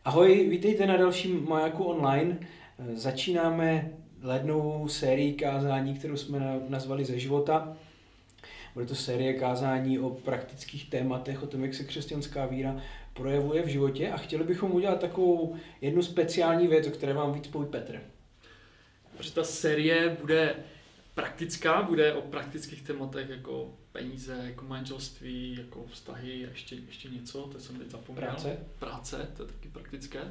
Ahoj, vítejte na dalším Majáku online. Začínáme lednovou sérii kázání, kterou jsme nazvali Ze života. Bude to série kázání o praktických tématech, o tom, jak se křesťanská víra projevuje v životě, a chtěli bychom udělat takovou jednu speciální věc, o které vám víc poví Petr. Protože ta série bude praktická, bude o praktických tématech jako peníze, jako manželství, jako vztahy a ještě něco, to jsem teď zapomněl. Práce, to je taky praktické.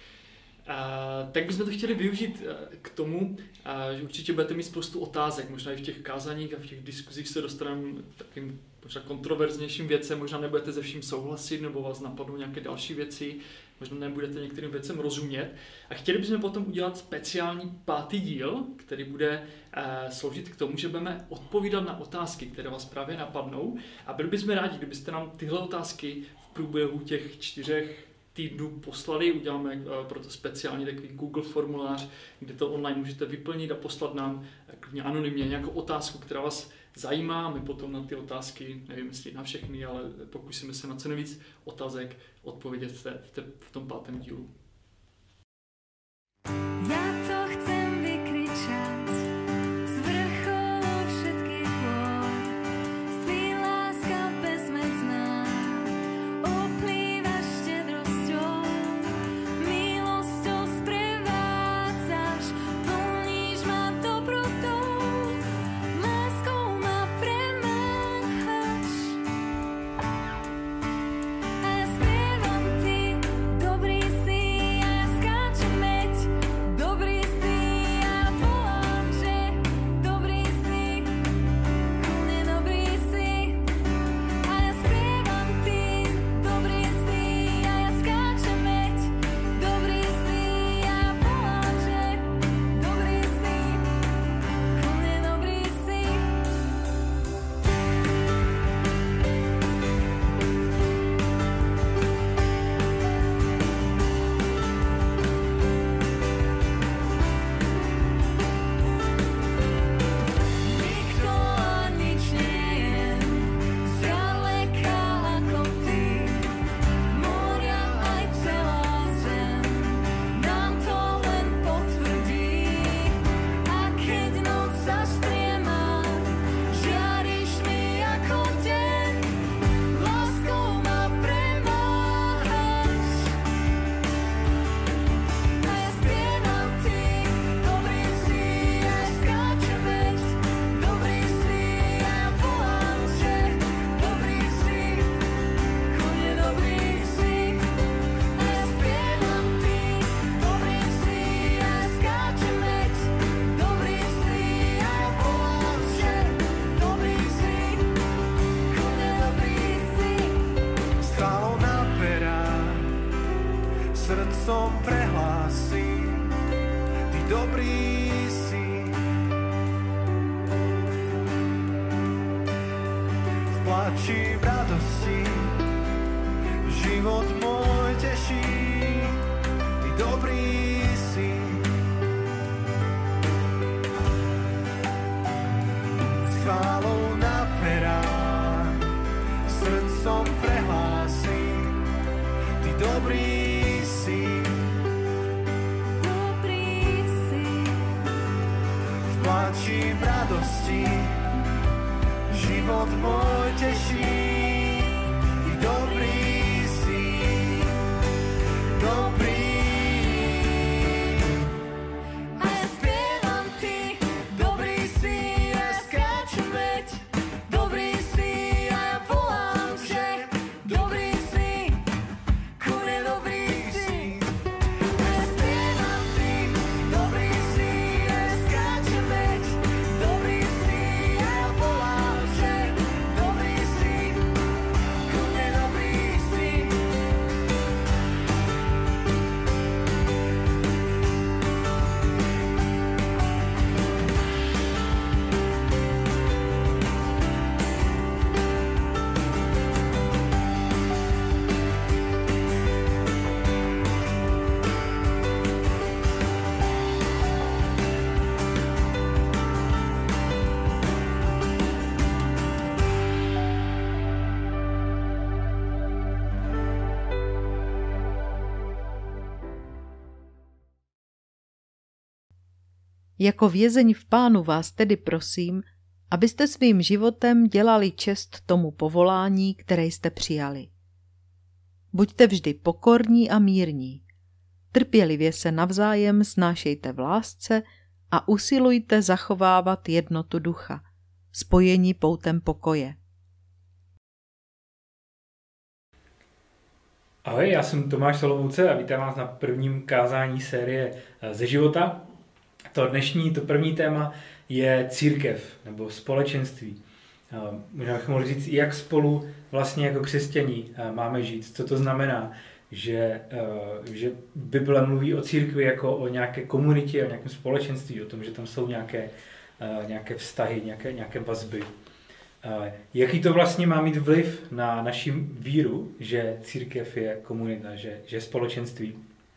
Tak bychom to chtěli využít k tomu, že určitě budete mít spoustu otázek, možná i v těch kázáních a v těch diskuzích se dostaneme takým možná kontroverznějším věcem, možná nebudete se vším souhlasit, nebo vás napadnou nějaké další věci, možná nebudete některým věcem rozumět. A chtěli bychom potom udělat speciální 5. díl, který bude sloužit k tomu, že budeme odpovídat na otázky, které vás právě napadnou. A byli bychom rádi, kdybyste nám tyhle otázky v průběhu těch 4 týdnů poslali. Uděláme proto speciální takový Google formulář, kde to online můžete vyplnit a poslat nám klidně anonymně nějakou otázku, která vás zajímá. My potom na ty otázky, nevím jestli na všechny, ale pokusíme se na co nejvíc otázek odpovědět v tom 5. dílu. Dobrý si, Jako vězeň v Pánu vás tedy prosím, abyste svým životem dělali čest tomu povolání, které jste přijali. Buďte vždy pokorní a mírní. Trpělivě se navzájem snášejte v lásce a usilujte zachovávat jednotu ducha, spojení poutem pokoje. Ahoj, já jsem Tomáš Solovouce a vítám vás na prvním kázání série Ze života. To první téma je církev nebo společenství. Možná bychom mohli říct, jak spolu vlastně jako křesťaní máme žít. Co to znamená, že Bible mluví o církvi jako o nějaké komunitě, o nějakém společenství, o tom, že tam jsou nějaké vztahy, nějaké vazby. Jaký to vlastně má mít vliv na naši víru, že církev je komunita, že je společenství.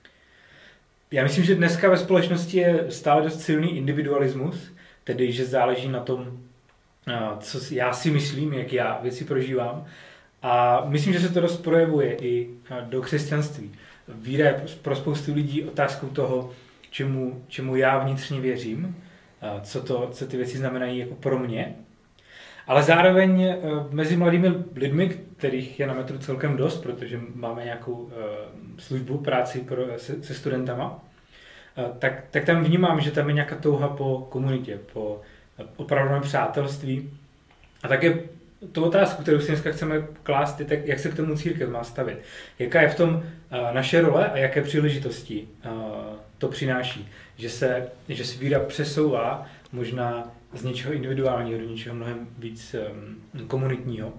Já myslím, že dneska ve společnosti je stále dost silný individualismus, tedy že záleží na tom, co já si myslím, jak já věci prožívám. A myslím, že se to dost projevuje i do křesťanství. Víra je pro spoustu lidí otázkou toho, čemu já vnitřně věřím, co ty věci znamenají jako pro mě. Ale zároveň mezi mladými lidmi, kterých je na metru celkem dost, protože máme nějakou službu, práci se studentama, tak tam vnímám, že tam je nějaká touha po komunitě, po opravdovém přátelství. A také tu otázku, kterou si dneska chceme klást, je tak, jak se k tomu církev má stavit. Jaká je v tom naše role a jaké příležitosti to přináší. Že se víra přesouvá možná z něčeho individuálního do něčeho mnohem víc komunitního.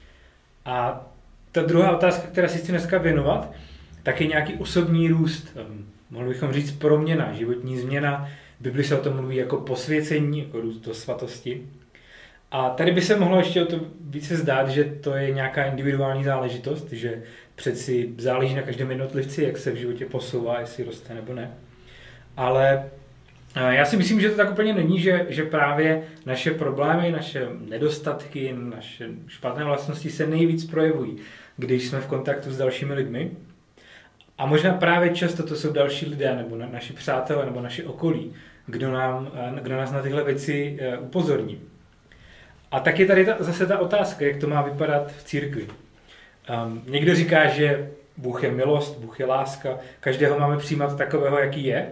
A ta druhá otázka, která si chci dneska věnovat, tak je nějaký osobní růst. Mohli bychom říct proměna, životní změna. V Bibli se o tom mluví jako posvěcení, jako růst do svatosti. A tady by se mohlo ještě o to více zdát, že to je nějaká individuální záležitost, že přeci záleží na každém jednotlivci, jak se v životě posouvá, jestli roste nebo ne. Ale já si myslím, že to tak úplně není, že právě naše problémy, naše nedostatky, naše špatné vlastnosti se nejvíc projevují, když jsme v kontaktu s dalšími lidmi. A možná právě často to jsou další lidé, nebo naši přátelé, nebo naše okolí, kdo nás na tyhle věci upozorní. A tak je tady zase ta otázka, jak to má vypadat v církvi. Někdo říká, že Bůh je milost, Bůh je láska, každého máme přijímat takového, jaký je.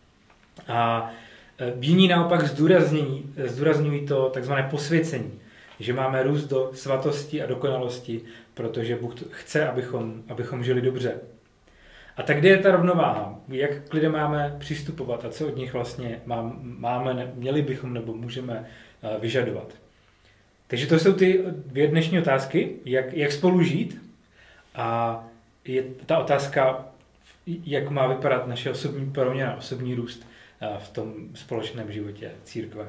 A jiní naopak zdůrazňují to takzvané posvěcení, že máme růst do svatosti a dokonalosti, protože Bůh chce, abychom žili dobře. A tak kde je ta rovnováha? Jak k lidem máme přistupovat a co od nich vlastně měli bychom nebo můžeme vyžadovat? Takže to jsou ty dvě dnešní otázky, jak spolu žít a je ta otázka, jak má vypadat naše osobní proměna, osobní růst v tom společném životě církve.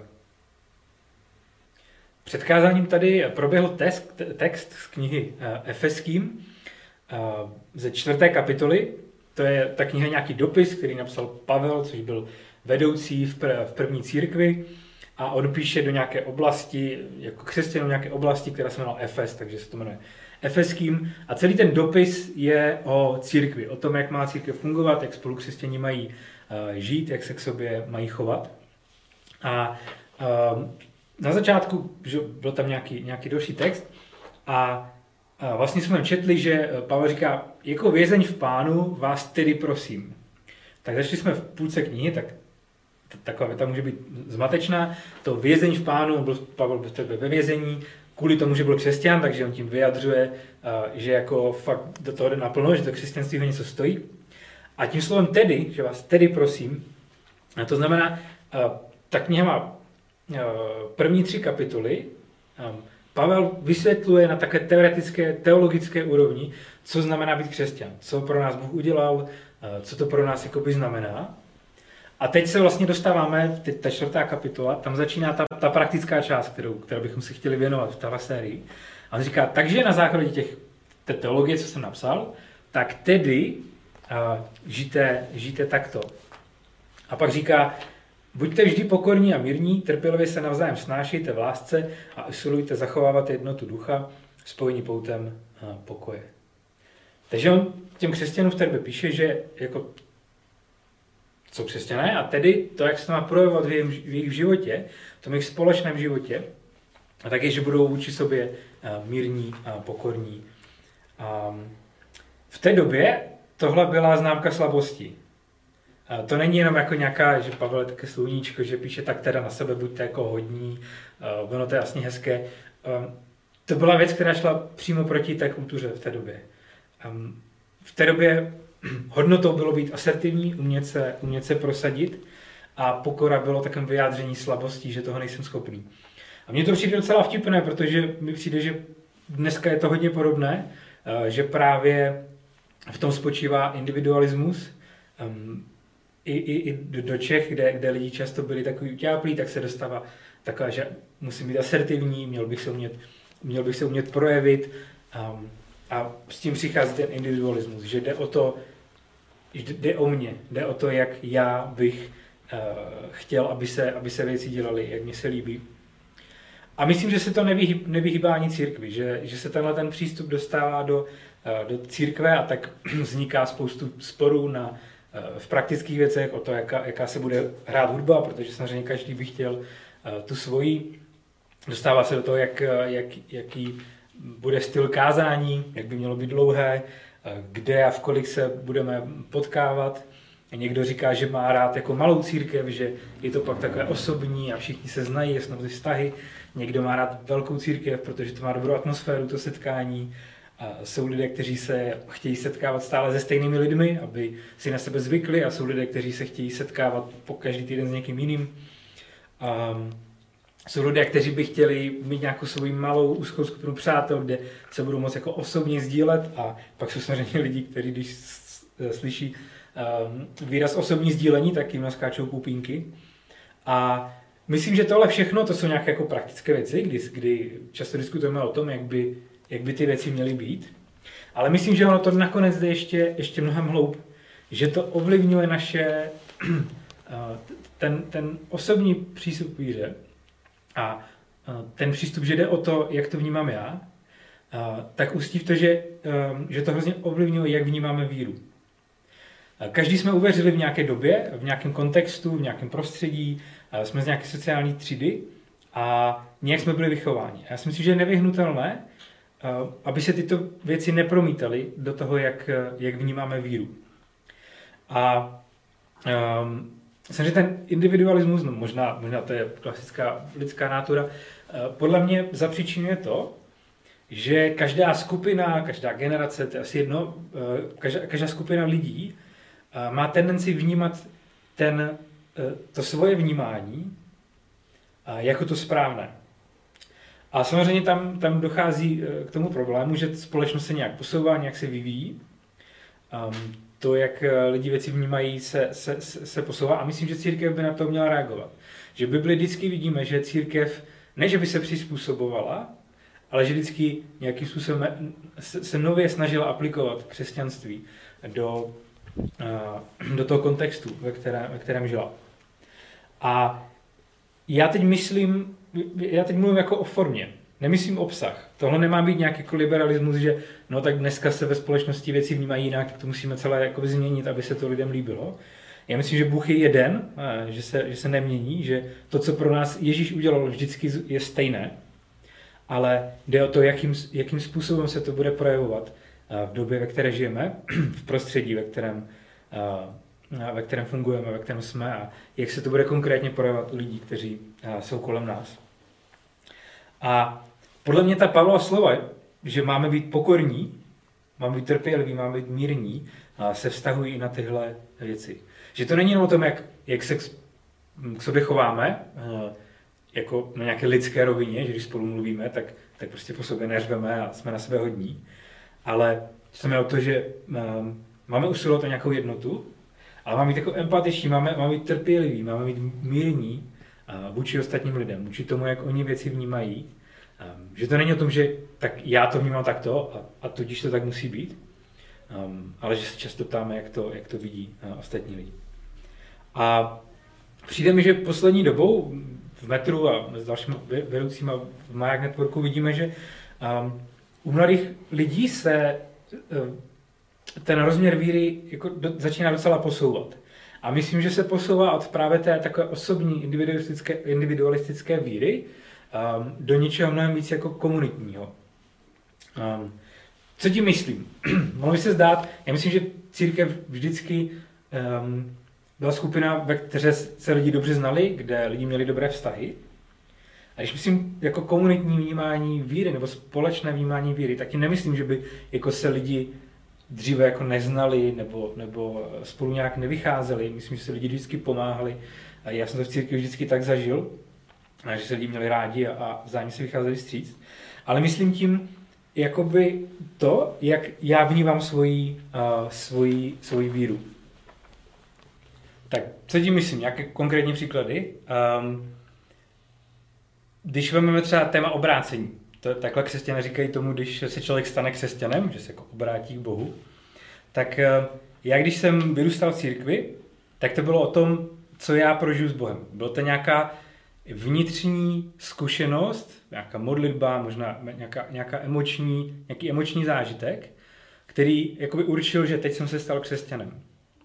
Před kázáním tady proběhl text z knihy Efeským ze 4. kapitoly. To je ta kniha nějaký dopis, který napsal Pavel, což byl vedoucí v první církvi. A on píše do nějaké oblasti, jako křesťanů nějaké oblasti, která se jmenovala Efes, takže se to jmenuje Efeským. A celý ten dopis je o církvi, o tom, jak má církev fungovat, jak spolu křesťané mají žít, jak se k sobě mají chovat. A na začátku že byl tam nějaký další text a vlastně jsme četli, že Pavel říká, jako vězeň v Pánu vás tedy prosím. Tak začali jsme v půlce knihy, tak taková věta může být zmatečná. To vězeň v Pánu, Pavel byl ve vězení, kvůli tomu, že byl křesťan, takže on tím vyjadřuje, že jako fakt do toho jde naplno, že to křesťanství ho něco stojí. A tím slovem tedy, že vás tedy prosím, a to znamená, ta kniha má první 3 kapitoly. Pavel vysvětluje na také teoretické, teologické úrovni, co znamená být křesťan, co pro nás Bůh udělal, co to pro nás jakoby znamená. A teď se vlastně dostáváme, ta 4. kapitola, tam začíná ta praktická část, kterou bychom si chtěli věnovat v téhle sérii. A on říká, takže na základě té teologie, co jsem napsal, tak tedy žijte takto. A pak říká, buďte vždy pokorní a mírní, trpělivě se navzájem snášejte v lásce a usilujte zachovávat jednotu ducha, spojení poutem pokoje. Takže on těm křesťanům v té době píše, že jako jsou křesťané a tedy to, jak se to má projevovat v jejich životě, v tom jejich společném životě, a taky, že budou vůči sobě mírní a pokorní. V té době tohle byla známka slabosti. To není jenom jako nějaká, že Pavel je také sluníčko, že píše tak teda na sebe, buďte jako hodní, ono to je jasně hezké. To byla věc, která šla přímo proti té kultuře v té době. V té době hodnotou bylo být asertivní, umět se prosadit a pokora bylo takovém vyjádření slabostí, že toho nejsem schopný. A mně to přijde docela vtipné, protože mi přijde, že dneska je to hodně podobné, že právě v tom spočívá individualismus. I do Čech, kde lidi často byli takový utáplí, tak se dostává taková, že musím být asertivní, měl bych se umět projevit a s tím přichází ten individualismus, že jde o mě, jde o to, jak já bych chtěl, aby se věci dělaly, jak mě se líbí. A myslím, že se to nevyhýbá ani církvi, že se tenhle ten přístup dostává do církve a tak vzniká spoustu sporů v praktických věcech o to, jaká se bude hrát hudba, protože samozřejmě každý by chtěl tu svoji. Dostává se do toho, jaký bude styl kázání, jak by mělo být dlouhé, kde a v kolik se budeme potkávat. Někdo říká, že má rád jako malou církev, že je to pak takové osobní a všichni se znají, jsou ty vztahy. Někdo má rád velkou církev, protože to má dobrou atmosféru, to setkání. A jsou lidé, kteří se chtějí setkávat stále se stejnými lidmi, aby si na sebe zvykli, a jsou lidé, kteří se chtějí setkávat po každý týden s někým jiným. Jsou lidé, kteří by chtěli mít nějakou svou malou úzkou skupinu přátel, kde se budou moct jako osobně sdílet, a pak jsou samozřejmě lidi, kteří když slyší výraz osobní sdílení, tak jim naskáčou pupínky. A myslím, že tohle všechno, to jsou nějaké jako praktické věci, kdy často diskutujeme o tom, jak by ty věci měly být. Ale myslím, že ono to nakonec jde ještě mnohem hloub, že to ovlivňuje naše ten osobní přístup k víře a ten přístup, že jde o to, jak to vnímám já, tak ústí v to, že to hrozně ovlivňuje, jak vnímáme víru. Každý jsme uvěřili v nějaké době, v nějakém kontextu, v nějakém prostředí, jsme z nějaké sociální třídy a nějak jsme byli vychováni. Já si myslím, že je nevyhnutelné, aby se tyto věci nepromítaly do toho, jak vnímáme víru. A samozřejmě ten individualismus, no možná to je klasická lidská natura, podle mě zapříčinuje to, že každá skupina, každá generace, to je asi jedno, každá skupina lidí má tendenci vnímat to svoje vnímání jako to správné. A samozřejmě tam dochází k tomu problému, že společnost se nějak posouvá, nějak se vyvíjí. To, jak lidi věci vnímají, se posouvá, a myslím, že církev by na to měla reagovat. Že v Bibli vždycky vidíme, že církev, ne že by se přizpůsobovala, ale že vždycky nějakým způsobem se nově snažila aplikovat křesťanství do toho kontextu, ve kterém žila. A já teď mluvím jako o formě, nemyslím obsah. Tohle nemá být nějaký jako liberalismus, že no tak dneska se ve společnosti věci vnímají jinak, tak to musíme celé jako změnit, aby se to lidem líbilo. Já myslím, že Bůh je jeden, že se nemění, že to, co pro nás Ježíš udělal, vždycky je stejné, ale jde o to, jakým způsobem se to bude projevovat v době, ve které žijeme, v prostředí, ve kterém fungujeme, ve kterém jsme, a jak se to bude konkrétně projevovat u lidí, kteří jsou kolem nás. A podle mě ta Pavlova slova, že máme být pokorní, máme být trpěliví, máme být mírní, se vztahují i na tyhle věci. Že to není jenom o tom, jak se k sobě chováme, jako na nějaké lidské rovině, že když spolu mluvíme, tak prostě po sobě neřveme a jsme na sebe hodní, ale jsme o to, že máme usilovat o nějakou jednotu, ale máme být jako empatiční, máme být trpěliví, máme být mírní vůči ostatním lidem, vůči tomu, jak oni věci vnímají. Že to není o tom, že tak já to vnímám takto a tudíž to tak musí být, ale že se často ptáme, jak to vidí ostatní lidi. A přijde mi, že poslední dobou v metru a s dalšími vedoucíma v Maják Networku vidíme, že u mladých lidí se ten rozměr víry jako začíná docela posouvat. A myslím, že se posouvá od právě té takové osobní individualistické víry do něčeho mnohem víc jako komunitního. Co tím myslím? Mohlo by se zdát, já myslím, že církev vždycky byla skupina, ve které se lidi dobře znali, kde lidi měli dobré vztahy. A když myslím jako komunitní vnímání víry nebo společné vnímání víry, tak tím nemyslím, že by jako se lidi dříve jako neznali nebo spolu nějak nevycházeli. Myslím, že se lidi vždycky pomáhali. A já jsem to v církvi vždycky tak zažil, že se lidi měli rádi a vzájemně se vycházeli vstříc. Ale myslím tím jakoby to, jak já vnímám svoji víru. Tak, co tím myslím? Nějaké konkrétní příklady? Když vezmeme třeba téma obrácení, takhle křesťané říkají tomu, když se člověk stane křesťanem, že se jako obrátí k Bohu, tak já když jsem vyrůstal v církvi, tak to bylo o tom, co já prožiju s Bohem. Bylo to nějaká vnitřní zkušenost, nějaká modlitba, možná nějaký emoční zážitek, který jakoby určil, že teď jsem se stal křesťanem.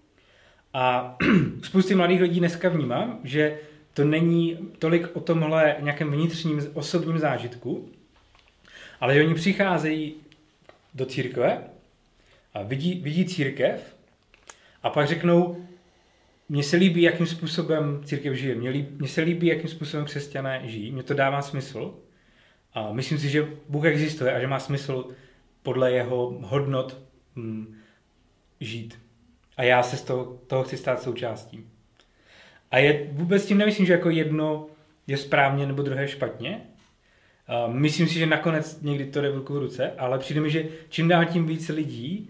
A spousty mladých lidí dneska vnímám, že to není tolik o tomhle nějakém vnitřním osobním zážitku, ale že oni přicházejí do církve a vidí církev a pak řeknou, mně se líbí, jakým způsobem církev žije, mně se líbí, jakým způsobem křesťané žijí, mně to dává smysl a myslím si, že Bůh existuje a že má smysl podle jeho hodnot žít. A já se z toho chci stát součástí. A vůbec tím nemyslím, že jako jedno je správně nebo druhé špatně. Myslím si, že nakonec někdy to jde v ruku v ruce, ale přijde mi, že čím dál tím víc lidí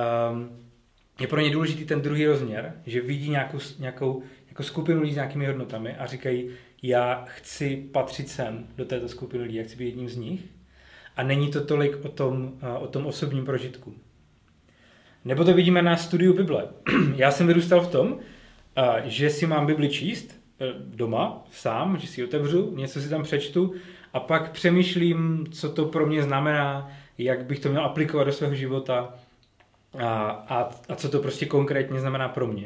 je pro ně důležitý ten druhý rozměr, že vidí nějakou skupinu lidí s nějakými hodnotami a říkají, já chci patřit sem do této skupiny lidí, já chci být jedním z nich. A není to tolik o tom osobním prožitku. Nebo to vidíme na studiu Bible. Já jsem vyrůstal v tom, že si mám Bibli číst doma sám, že si ji otevřu, něco si tam přečtu a pak přemýšlím, co to pro mě znamená, jak bych to měl aplikovat do svého života a co to prostě konkrétně znamená pro mě.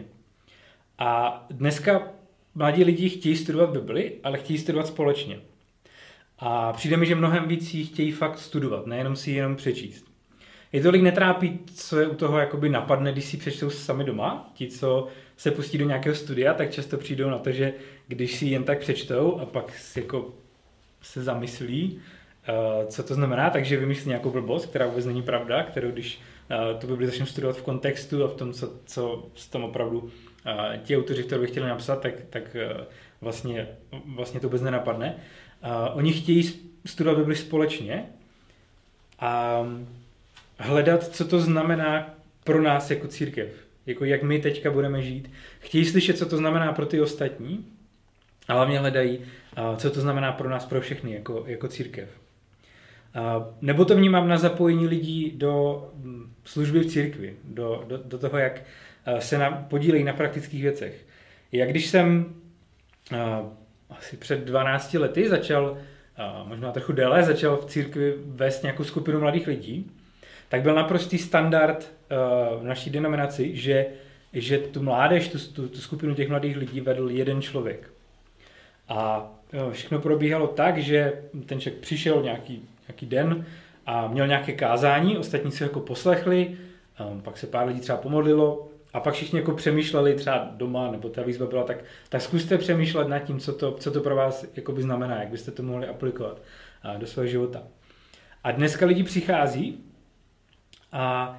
A dneska mladí lidi chtějí studovat Bibli, ale chtějí studovat společně. A přijde mi, že mnohem víc ji chtějí fakt studovat, nejenom si ji jenom přečíst. Je tolik netrápí, co je u toho jakoby napadne, když si přečtou sami doma. Ti, co se pustí do nějakého studia, tak často přijdou na to, že když si jen tak přečtou a pak se zamyslí, co to znamená, takže vymyslí nějakou blbost, která vůbec není pravda, kterou když tu Bibli začnou studovat v kontextu a v tom, co tam opravdu ti autoři, které by chtěli napsat, tak vlastně to vůbec nenapadne. Oni chtějí studovat Bibli společně a hledat, co to znamená pro nás jako církev, jako jak my teďka budeme žít. Chtějí slyšet, co to znamená pro ty ostatní, ale hlavně hledají, co to znamená pro nás, pro všechny, jako církev. Nebo to vnímám na zapojení lidí do služby v církvi, do toho, jak se podílejí na praktických věcech. Jak když jsem asi před 12 lety možná trochu déle, začal v církvi vést nějakou skupinu mladých lidí, tak byl naprostý standard v naší denominaci, že tu mládež, tu skupinu těch mladých lidí vedl jeden člověk. A všechno probíhalo tak, že ten člověk přišel nějaký den a měl nějaké kázání, ostatní si jako poslechli, pak se pár lidí třeba pomodlilo a pak všichni jako přemýšleli třeba doma, nebo ta výzva byla, tak zkuste přemýšlet nad tím, co to pro vás jakoby znamená, jak byste to mohli aplikovat do svého života. A dneska lidi přichází a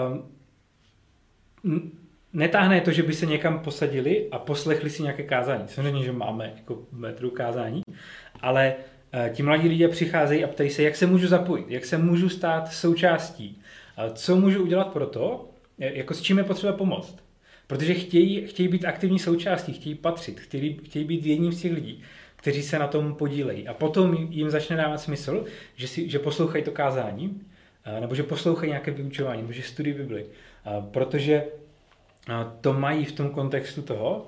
netáhne to, že by se někam posadili a poslechli si nějaké kázání. Samozřejmě, že máme jako metru kázání, ale ti mladí lidé přicházejí a ptají se, jak se můžu zapojit, jak se můžu stát součástí, co můžu udělat pro to, jako s čím je potřeba pomoct. Protože chtějí být aktivní součástí, chtějí patřit, chtějí být jedním z těch lidí, kteří se na tom podílejí. A potom jim začne dávat smysl, že poslouchají to kázání, nebo že poslouchají nějaké vyučování, nebo že studují Bibli. Protože to mají v tom kontextu toho,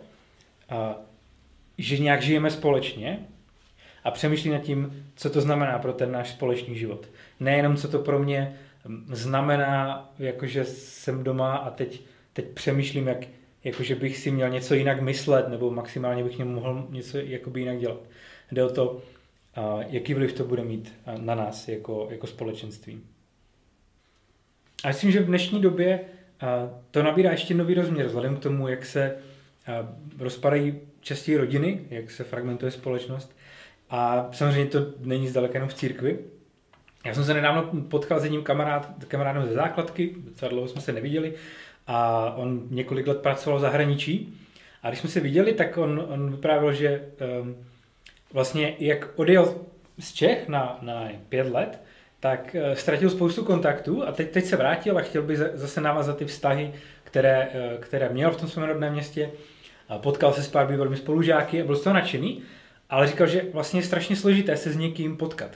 že nějak žijeme společně a přemýšlí nad tím, co to znamená pro ten náš společný život. Nejenom, co to pro mě znamená, jakože jsem doma a teď přemýšlím, jakože bych si měl něco jinak myslet, nebo maximálně bych mohl něco jakoby jinak dělat. Jde o to, jaký vliv to bude mít na nás jako společenství. A myslím, že v dnešní době to nabírá ještě nový rozměr, vzhledem k tomu, jak se rozpadají častěji rodiny, jak se fragmentuje společnost. A samozřejmě to není zdaleka jenom v církvi. Já jsem se nedávno potkal s jedním kamarádem ze základky, docela dlouho jsme se neviděli, a on několik let pracoval v zahraničí. A když jsme se viděli, tak on vyprávěl, že vlastně jak odjel z Čech na 5 let, tak ztratil spoustu kontaktů a teď se vrátil a chtěl by zase navázat ty vztahy, které měl v tom svém rodném městě. Potkal se s pár bývalými spolužáky a byl z toho nadšený, ale říkal, že vlastně je strašně složité se s někým potkat.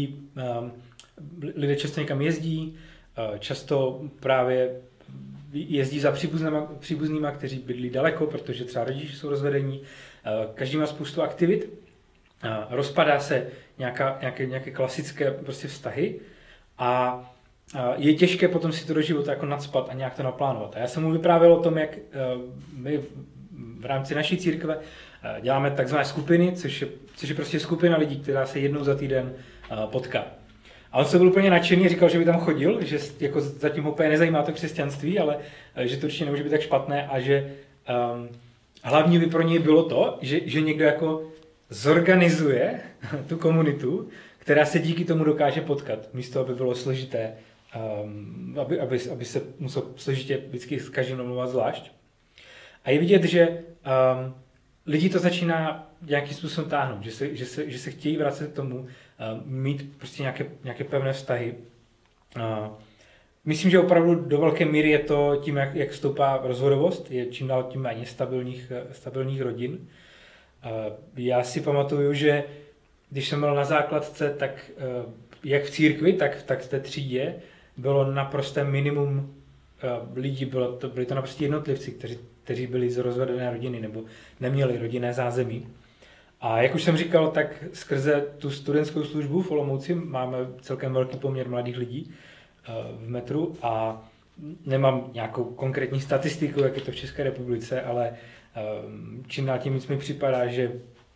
Lidé často někam jezdí, často právě jezdí za příbuznýma, kteří bydlí daleko, protože třeba rodiče jsou rozvedení. Každý má spoustu aktivit, rozpadá se nějaké klasické prostě vztahy a je těžké potom si to do života jako nacpat a nějak to naplánovat. A já jsem mu vyprávěl o tom, jak my v rámci naší církve děláme takzvané skupiny, což je prostě skupina lidí, která se jednou za týden potká. A on se byl úplně nadšený, říkal, že by tam chodil, že jako zatím ho úplně nezajímá to křesťanství, ale že to určitě nemůže být tak špatné a že hlavní by pro něj bylo to, že někdo jako zorganizuje tu komunitu, která se díky tomu dokáže potkat, místo aby bylo složité, aby se musel složitě vždycky s každým domluvat zvlášť. A je vidět, že lidi to začíná nějakým způsobem táhnout, že se chtějí vracet k tomu, mít prostě nějaké pevné vztahy. Myslím, že opravdu do velké míry je to tím, jak stoupá rozvodovost, je čím dál tím méně stabilních rodin. Já si pamatuju, že když jsem byl na základce, tak jak v církvi, tak v té třídě bylo naprosté minimum lidí, byli to naprosto jednotlivci, kteří byli z rozvedené rodiny nebo neměli rodinné zázemí. A jak už jsem říkal, tak skrze tu studentskou službu v Olomouci máme celkem velký poměr mladých lidí v metru a nemám nějakou konkrétní statistiku, jak je to v České republice, ale čím dál tím víc mi připadá, že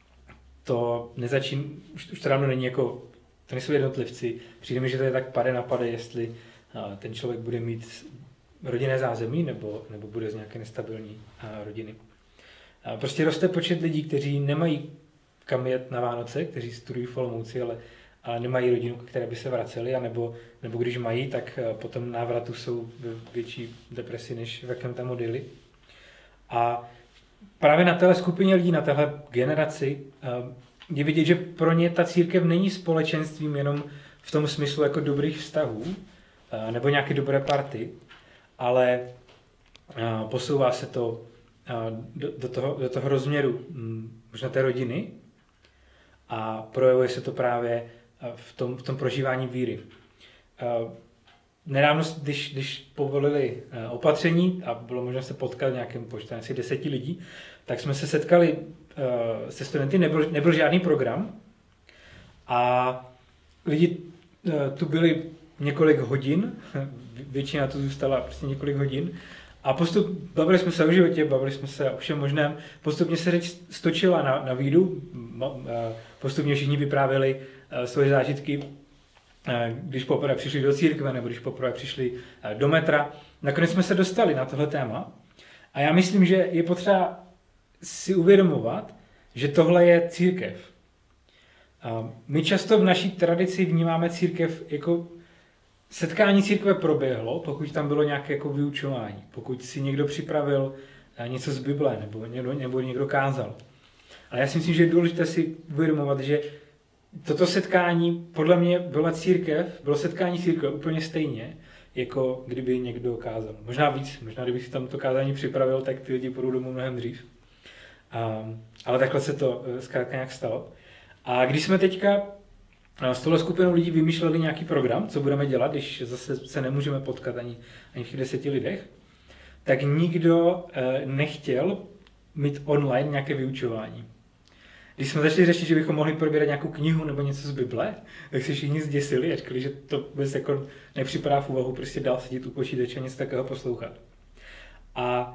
to už to dávno není jako, to nejsou jednotlivci. Přijde mi, že to je tak pade na pade, jestli ten člověk bude mít rodinné zázemí nebo bude z nějaké nestabilní rodiny. Prostě roste počet lidí, kteří nemají kam jet na Vánoce, kteří studují v Olomouci, ale nemají rodinu, které by se vraceli, nebo když mají, tak potom návratu jsou v větší depresi, než v jakém tam odjeli. A právě na téhle skupině lidí, na téhle generaci je vidět, že pro ně ta církev není společenstvím jenom v tom smyslu jako dobrých vztahů nebo nějaké dobré party, ale posouvá se to do toho rozměru možná té rodiny a projevuje se to právě v tom prožívání víry. Nedávno, když povolili opatření a bylo možné se potkat v nějakém počtu asi 10 lidí, tak jsme se setkali se studenty, nebyl žádný program a lidi tu byli několik hodin, většina tu zůstala prostě několik hodin a bavili jsme se o životě, bavili jsme se o všem možném, postupně se řeč stočila na víru, postupně všichni vyprávěli svoje zážitky, když poprvé přišli do církve nebo když poprvé přišli do metra. Nakonec jsme se dostali na tohle téma a já myslím, že je potřeba si uvědomovat, že tohle je církev. My často v naší tradici vnímáme církev jako setkání církve proběhlo, pokud tam bylo nějaké jako vyučování, pokud si někdo připravil něco z Bible nebo někdo kázal. Ale já si myslím, že je důležité si uvědomovat, že toto setkání podle mě bylo setkání církve úplně stejně, jako kdyby někdo kázal. Možná víc, možná kdyby si tam to kázání připravil, tak ty lidi půjdou domů mnohem dřív. Ale takhle se to zkrátka nějak stalo. A když jsme teďka s touhle skupinou lidí vymýšleli nějaký program, co budeme dělat, když zase se nemůžeme potkat ani v těch 10 lidech, tak nikdo nechtěl mít online nějaké vyučování. Když jsme začali řešit, že bychom mohli probírat nějakou knihu nebo něco z Bible, tak se všichni zděsili a řekli, že to vůbec jako nepřipadá v úvahu prostě dál sedět u počítače a něco takového poslouchat. A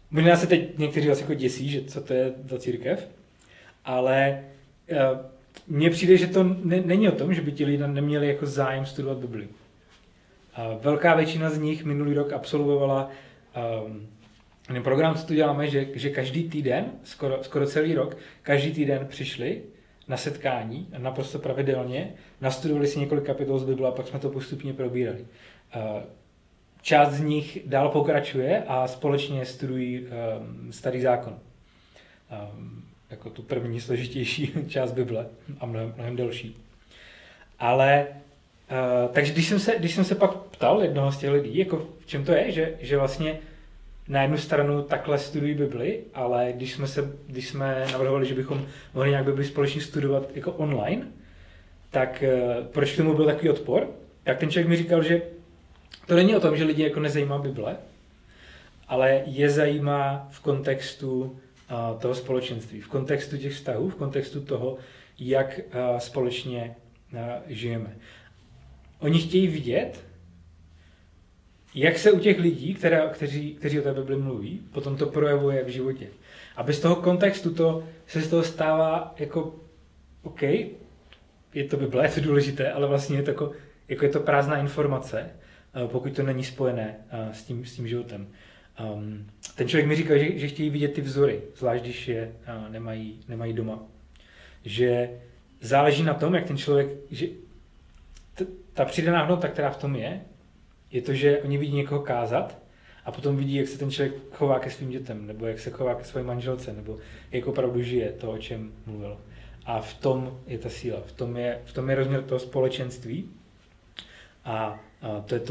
možná se teď někteří asi jako děsí, že co to je za církev, ale mně přijde, že to není o tom, že by ti lidé neměli jako zájem studovat Bibli. Velká většina z nich minulý rok absolvovala program, co tu děláme, že každý týden, skoro celý rok, každý týden přišli na setkání, naprosto pravidelně, nastudovali si několik kapitol z Bible a pak jsme to postupně probírali. Část z nich dál pokračuje a společně studují Starý zákon. Jako tu první složitější část Bible a mnohem delší. Ale takže když jsem se pak ptal jednoho z těch lidí, jako v čem to je, že vlastně na jednu stranu takhle studují Bibli, ale když jsme navrhovali, že bychom mohli nějak Bibli společně studovat jako online, tak proč k tomu byl takový odpor? Tak ten člověk mi říkal, že to není o tom, že lidi jako nezajímá Bible, ale je zajímá v kontextu toho společenství, v kontextu těch vztahů, v kontextu toho, jak společně žijeme. Oni chtějí vidět, jak se u těch lidí, kteří o té Bibli mluví, potom to projevuje v životě. A bez toho kontextu se z toho stává jako, OK, je to Bible, je to důležité, ale vlastně je to jako je to prázdná informace, pokud to není spojené s tím životem. Ten člověk mi říkal, že chtějí vidět ty vzory, zvlášť když je nemají doma. Že záleží na tom, jak ten člověk, že ta přidaná hodnota, která v tom je to, že oni vidí někoho kázat a potom vidí, jak se ten člověk chová ke svým dětem, nebo jak se chová ke své manželce, nebo jak opravdu žije to, o čem mluvil. A v tom je ta síla, v tom je rozměr toho společenství a to je to,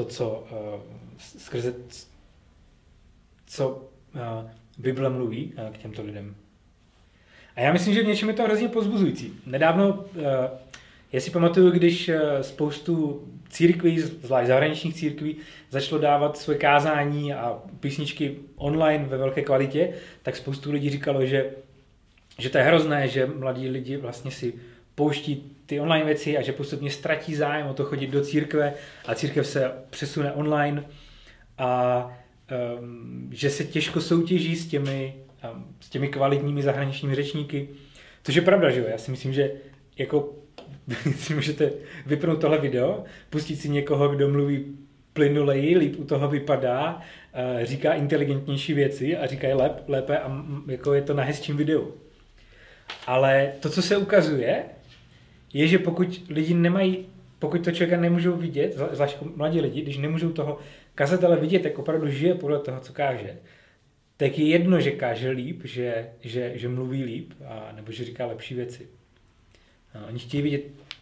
co Bible mluví k těmto lidem. A já myslím, že v něčem je to hrozně povzbuzující. Nedávno, já si pamatuju, když spoustu církví, zvlášť zahraničních církví, začalo dávat svoje kázání a písničky online ve velké kvalitě, tak spoustu lidí říkalo, že to je hrozné, že mladí lidi vlastně si pouští ty online věci a že postupně ztratí zájem o to chodit do církve a církev se přesune online a že se těžko soutěží s těmi kvalitními zahraničními řečníky. Což je pravda, že jo? Já si myslím, že jako si můžete vypnout tohle video, pustit si někoho, kdo mluví plynuleji, líp u toho vypadá, říká inteligentnější věci a říká je lépe a jako je to na hezčím videu. Ale to, co se ukazuje, je, že pokud to člověka nemůžou vidět, zvlášť mladí lidi, když nemůžou toho kazatele vidět, jak opravdu žije podle toho, co káže, tak je jedno, že káže líp, že mluví líp, nebo že říká lepší věci. Oni chtějí vidět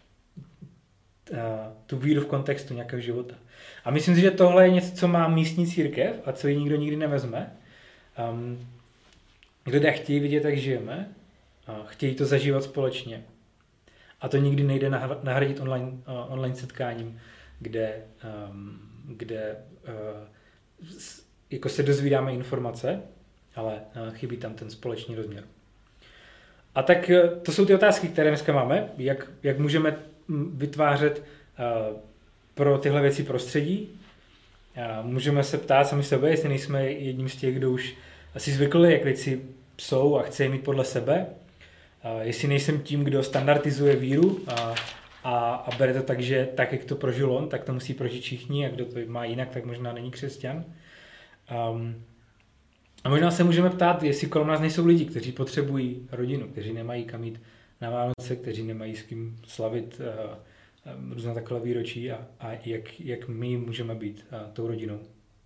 tu víru v kontextu nějakého života. A myslím si, že tohle je něco, co má místní církev a co ji nikdo nikdy nevezme. Lidé chtějí vidět, jak žijeme, chtějí to zažívat společně. A to nikdy nejde nahradit online setkáním, kde jako se dozvídáme informace, ale chybí tam ten společný rozměr. A tak to jsou ty otázky, které dneska máme, jak můžeme vytvářet pro tyhle věci prostředí. Můžeme se ptát sami sebe, jestli nejsme jedním z těch, kdo už si zvykli, jak věci jsou a chce je mít podle sebe. Jestli nejsem tím, kdo standardizuje víru a bere to tak, že tak, jak to prožil on, tak to musí prožít všichni a kdo to má jinak, tak možná není křesťan. A možná se můžeme ptát, jestli kolem nás nejsou lidi, kteří potřebují rodinu, kteří nemají kam jít na Vánoce, kteří nemají s kým slavit různá takové výročí a jak my můžeme být tou rodinou.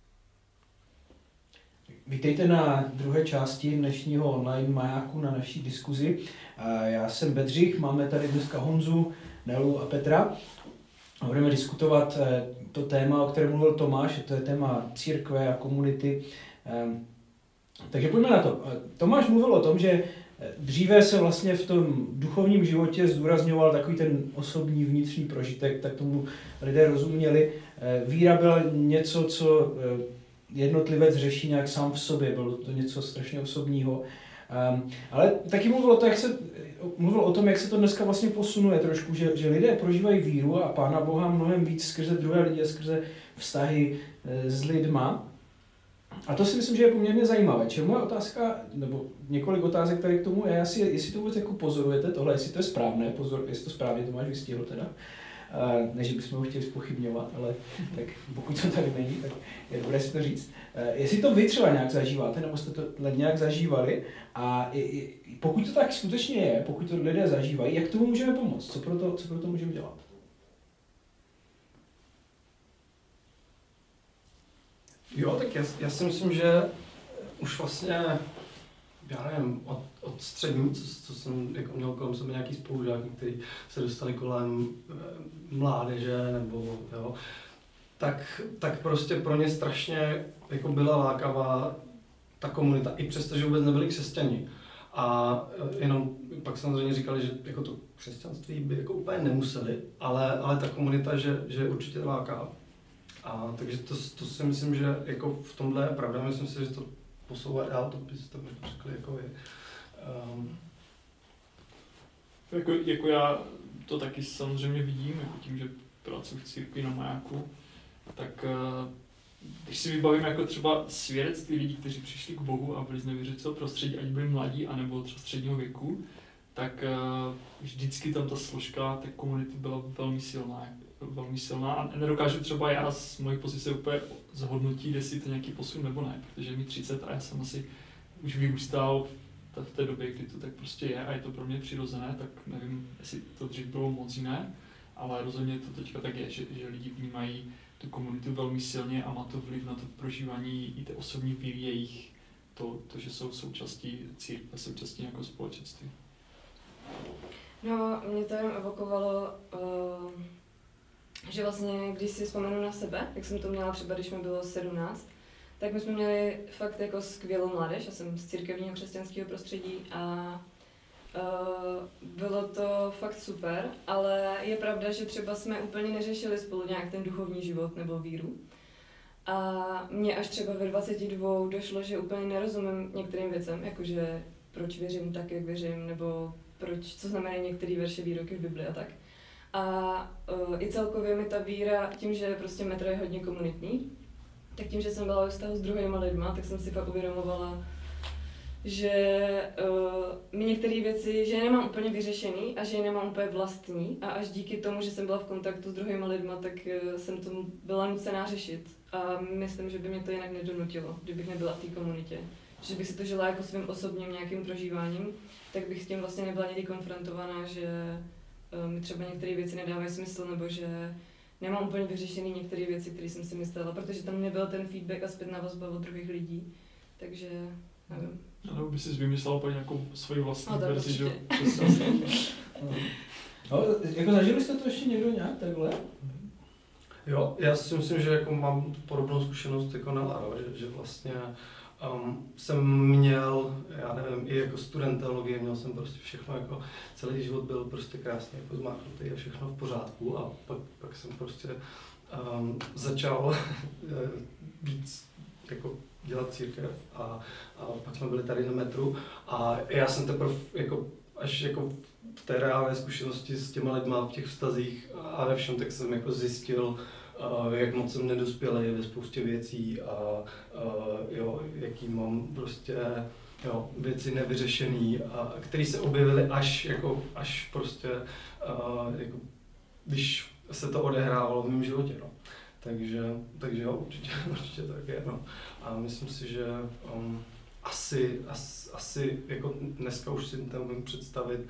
Vítejte na druhé části dnešního online majáku na naší diskuzi. Já jsem Bedřich, máme tady dneska Honzu, Nelu a Petra. Budeme diskutovat to téma, o kterém mluvil Tomáš, to je téma církve a komunity. Takže pojďme na to. Tomáš mluvil o tom, že dříve se vlastně v tom duchovním životě zdůrazňoval takový ten osobní vnitřní prožitek, tak tomu lidé rozuměli. Víra byla něco, co jednotlivec řeší nějak sám v sobě, bylo to něco strašně osobního. Ale taky mluvil o tom, jak se to dneska vlastně posunuje trošku, že lidé prožívají víru a Pána Boha mnohem víc skrze druhé lidi a skrze vztahy s lidma. A to si myslím, že je poměrně zajímavé. Čili moje otázka, nebo několik otázek tady k tomu je, jestli to vůbec jako pozorujete tohle, jestli to je správné, jestli to správně to máš vystihl teda. Ne, že bychom ho chtěli zpochybňovat, ale tak pokud to tak není, tak je dobré si to říct. Jestli to vy třeba nějak zažíváte, nebo jste to nějak zažívali, a pokud to tak skutečně je, pokud to lidé zažívají, jak tomu můžeme pomoct? Co pro to můžeme dělat? Jo, tak já si myslím, že už vlastně, já nevím, od střední, co jsem jako měl kolem sebe nějaký spolužáky, kteří se dostali kolem mládeže, nebo jo, tak prostě pro ně strašně jako byla lákavá ta komunita, i přesto, že vůbec nebyli křesťani. A jenom pak samozřejmě říkali, že jako to křesťanství by jako úplně nemuseli, ale ta komunita, že určitě láká. A takže to si myslím, že jako v tomhle je pravda. Myslím si, že to posouvá dál, to byste možná řekli jako je. Jako já to taky samozřejmě vidím, jako tím, že pracuji v církvi na Majáku, tak když si vybavím jako třeba svědectví lidí, kteří přišli k Bohu a byli z nevěřícího prostředí, ať byli mladí, anebo třeba středního věku, tak vždycky tam ta složka té komunity byla velmi silná a nedokážu třeba já z mojí pozice úplně zhodnotit, jestli to nějaký posun nebo ne, protože je mi 30 a já jsem asi už vyrůstal v té době, kdy to tak prostě je a je to pro mě přirozené, tak nevím, jestli to dřív bylo moc jiné, ale rozhodně to teďka tak je, že lidi vnímají tu komunitu velmi silně a má to vliv na to prožívání i té osobní víry jejich, to, že jsou součástí církve, součástí nějakého společenství. No, mě to jenom evokovalo, že vlastně, když si vzpomenu na sebe, jak jsem to měla třeba, když mi bylo 17, tak my jsme měli fakt jako skvělou mládež, já jsem z církevního křesťanského prostředí a bylo to fakt super, ale je pravda, že třeba jsme úplně neřešili spolu nějak ten duchovní život nebo víru. A mně až třeba ve 22 došlo, že úplně nerozumím některým věcem, jakože proč věřím tak, jak věřím, nebo co znamenají některé verše výroky v Bibli a tak. A i celkově mi ta víra, tím, že prostě metro je hodně komunitní, tak tím, že jsem byla ve vztahu s druhýma lidma, tak jsem si fakt uvědomovala, že mi některé věci, že je nemám úplně vyřešený a že je nemám úplně vlastní a až díky tomu, že jsem byla v kontaktu s druhýma lidma, tak jsem to byla nucená řešit a myslím, že by mě to jinak nedonutilo, kdybych nebyla v té komunitě. Že bych si to žila jako svým osobním nějakým prožíváním, tak bych s tím vlastně nebyla někdy konfrontovaná, že mi třeba některé věci nedávají smysl nebo že nemám úplně vyřešený některé věci, které jsem si myslela, protože tam nebyl ten feedback a zpětná vazba od druhých lidí, takže nevím. Nebo by si vymyslela úplně nějakou svoji vlastní verzi, že jo? No, jako zažili jste to ještě někdo nějak takhle? Jo, já si myslím, že jako mám podobnou zkušenost jako Nela, že vlastně jsem měl, já nevím, i jako student teologie, měl jsem prostě všechno, jako celý život byl prostě krásně jako zmáchnutý a všechno v pořádku a pak jsem prostě začal víc jako dělat církev a pak jsme byli tady na metru a já jsem teprve jako až jako v té reálné zkušenosti s těma lidma v těch vztazích a ve všem, tak jsem jako zjistil, jak moc jsem nedospělý ve spoustě věcí a jo, jaký mám prostě jo, věci nevyřešený a které se objevily až prostě jako, když se to odehrávalo v mém životě, no. Takže jo, určitě tak je, no. A myslím si, že asi jako dneska už si neumím představit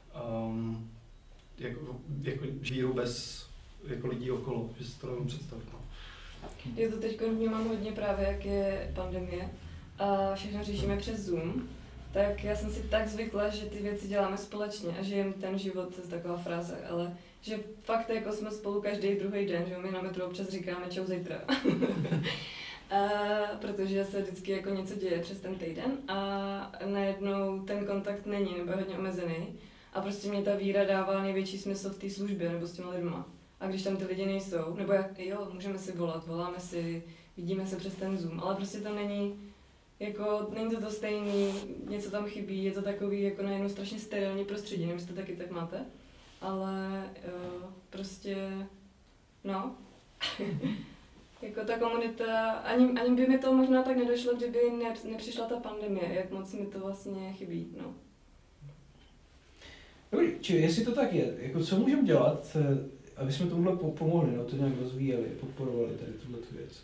jako víru bez jako lidí okolo, že si to nevím představit. No. Já to teď vnímám hodně právě, jak je pandemie a všechno řešíme přes Zoom, tak já jsem si tak zvykla, že ty věci děláme společně a žijeme ten život, to je taková fráze, ale že fakt jako jsme spolu každý druhý den, že my na metru občas říkáme čau zítra. Protože se vždycky jako něco děje přes ten týden a najednou ten kontakt není nebo je hodně omezený a prostě mě ta víra dává největší smysl v té službě nebo s těmi lidma. A když tam ty lidi nejsou, nebo jo, můžeme si volat, voláme si, vidíme se přes ten Zoom, ale prostě to není to stejný, něco tam chybí, je to takový jako najednou strašně sterilní prostředí, nevím, jestli to taky tak máte, ale prostě, no. Jako ta komunita, ani by mi to možná tak nedošlo, kdyby nepřišla ta pandemie, jak moc mi to vlastně chybí, no. Dobrý, či jestli to tak je, jako co můžeme dělat, aby jsme tomuhle pomohli, no, to nějak rozvíjeli, podporovali tady tuhle věc?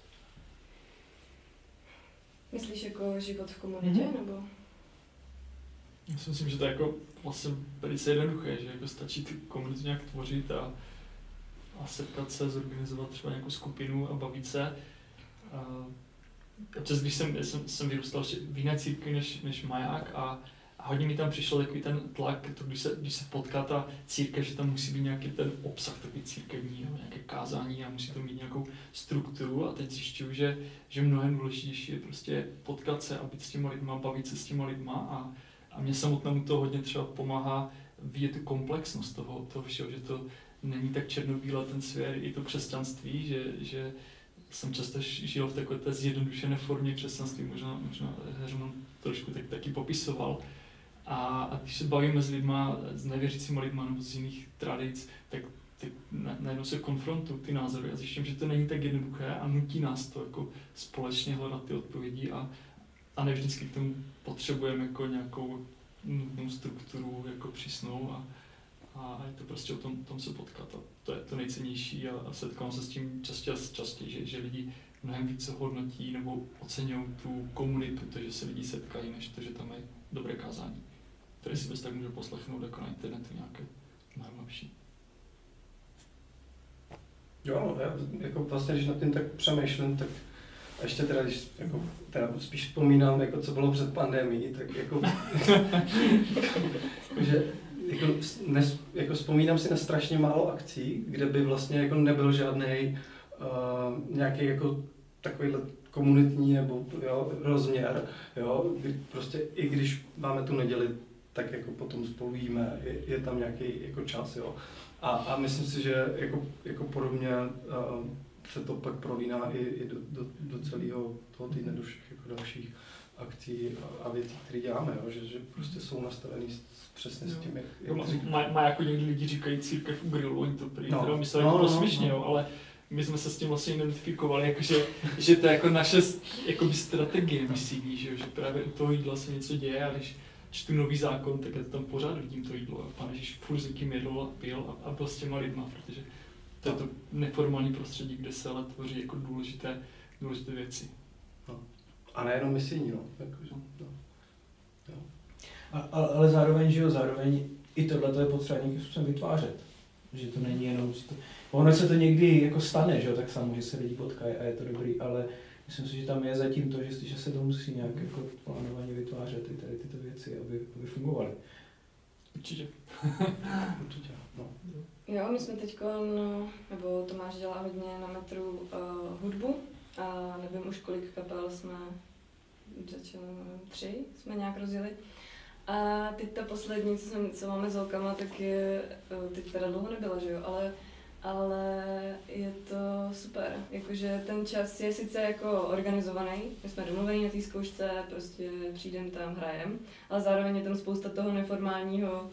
Myslíš jako život v komunitě, nebo? Já si myslím, že to je jako vlastně velice jednoduché, že jako stačí tu komunitu nějak tvořit a setkat se, zorganizovat třeba nějakou skupinu a bavit se. Občas, když jsem vyrůstal v jiné církvi než Maják a hodně mi tam přišel takový ten tlak, to, když se potká ta církev, že tam musí být nějaký ten obsah takový církevní, nějaké kázání a musí to mít nějakou strukturu a teď zjišťuju, že mnohem důležitější je prostě potkat se a být s těma lidma, bavit se s těma lidma a mě samotnému to hodně třeba pomáhá vidět tu komplexnost toho všeho, že to není tak černobílé ten svět, i to křesťanství, že jsem často žil v takové té zjednodušené formě křesťanství, možná Herman trošku taky popisoval. A když se bavíme s lidma, s nevěřícíma lidma nebo z jiných tradic, tak najednou se konfrontují ty názory a zjišťujem, že to není tak jednoduché a nutí nás to jako společně hledat ty odpovědi a ne vždycky k tomu potřebujeme jako nějakou nutnou strukturu jako přísnou a je to prostě o tom se potkat a to je to nejcennější a setkám se s tím častěji, že lidi mnohem více hodnotí nebo oceňují tu komunitu, to, že se lidi setkají, než to, že tam je dobré kázání, které si bez tak může poslechnout jako na internetu nějaké mnohem lepší. Jo, já jako vlastně, když nad tím tak přemýšlím, tak a ještě teda, když jako, teda spíš vzpomínám, jako, co bylo před pandemií, tak jako, že jako vzpomínám si na strašně málo akcí, kde by vlastně jako nebyl žádný nějaký jako takovýhle komunitní nebo rozměr, jo, prostě i když máme tu neděli, tak jako potom spolu jíme, je tam nějaký jako čas, jo. A myslím si, že jako podobně se to pak prolíná i do celého toho týdne, do všech jako dalších akcí a věcí, které děláme, jo? Že prostě jsou nastavený přesně s tím, jak má jako někdy lidi říkají církev u grilu, oni to teda mysleli posměšně, jo, ale my jsme se s tím vlastně identifikovali, jakože, že to je jako naše jakoby strategie misijní, že právě u toho jídla se něco děje a když čtu Nový zákon, tak já tam pořád vidím to jídlo. Pán Ježíš furt s někým jedl, pil a byl s těma lidma, protože to je to neformální prostředí, kde se ale tvoří jako důležité věci. No. A nejenom misijní, no. Jakože, no. Jo. Ale zároveň, že jo, zároveň i tohle je potřeba nějakým způsobem vytvářet. Že to není jenom... Ono se to někdy jako stane, že jo, tak samo, že se lidi potkají a je to dobrý, ale myslím si, že tam je zatím to, že se to musí nějak jako plánovaně vytvářet i tady tyto věci, aby fungovaly. Určitě. Určitě, no. Jo, my jsme teďko, nebo Tomáš dělá hodně na metru hudbu a nevím už kolik kapel jsme začali, 3 jsme nějak rozjeli. A teď ta poslední, co máme s holkama, tak je, teď teda dlouho nebyla, že jo, ale je to super, jakože ten čas je sice jako organizovaný, my jsme domluveni na té zkoušce, prostě přijdem tam, hrajem, ale zároveň je tam spousta toho neformálního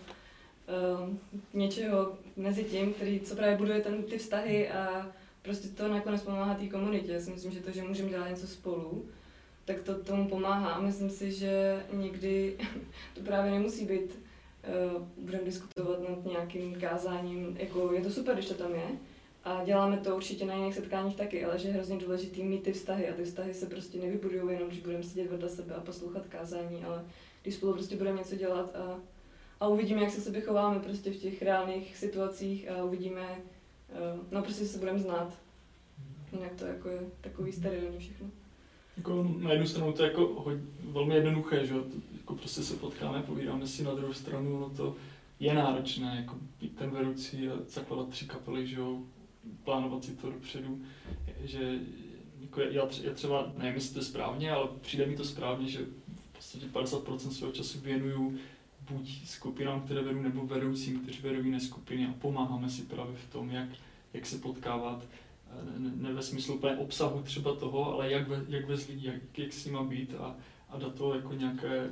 něčeho mezi tím, co právě buduje ty vztahy a prostě to nakonec pomáhá té komunitě. Já si myslím, že to, že můžeme dělat něco spolu, tak to tomu pomáhá a myslím si, že někdy to právě nemusí být budeme diskutovat nad nějakým kázáním, jako je to super, když to tam je a děláme to určitě na jiných setkáních taky, ale že je hrozně důležitý mít ty vztahy a ty vztahy se prostě nevybudují jenom, když budeme sedět vedle sebe a poslouchat kázání, ale když spolu prostě budeme něco dělat a uvidíme, jak se sebe chováme prostě v těch reálných situacích a uvidíme, no prostě se budeme znát. Jinak to jako je takový sterilní všechno. Jako na jednu stranu to je jako velmi jednoduché, že jako prostě se potkáme, povídáme si, na druhou stranu, no to je náročné, jako být ten vedoucí a zakládat 3 kapely, že jo, plánovat si to dopředu, že jako já třeba, nevím, jestli to je správně, ale přijde mi to správně, že v podstatě 50% svého času věnuju buď skupinám, které vedu, nebo vedoucím, kteří vedou jiné skupiny a pomáháme si právě v tom, jak se potkávat, ne ve smyslu úplně obsahu třeba toho, ale jak vést lidi, jak s nima být a dát to jako nějaké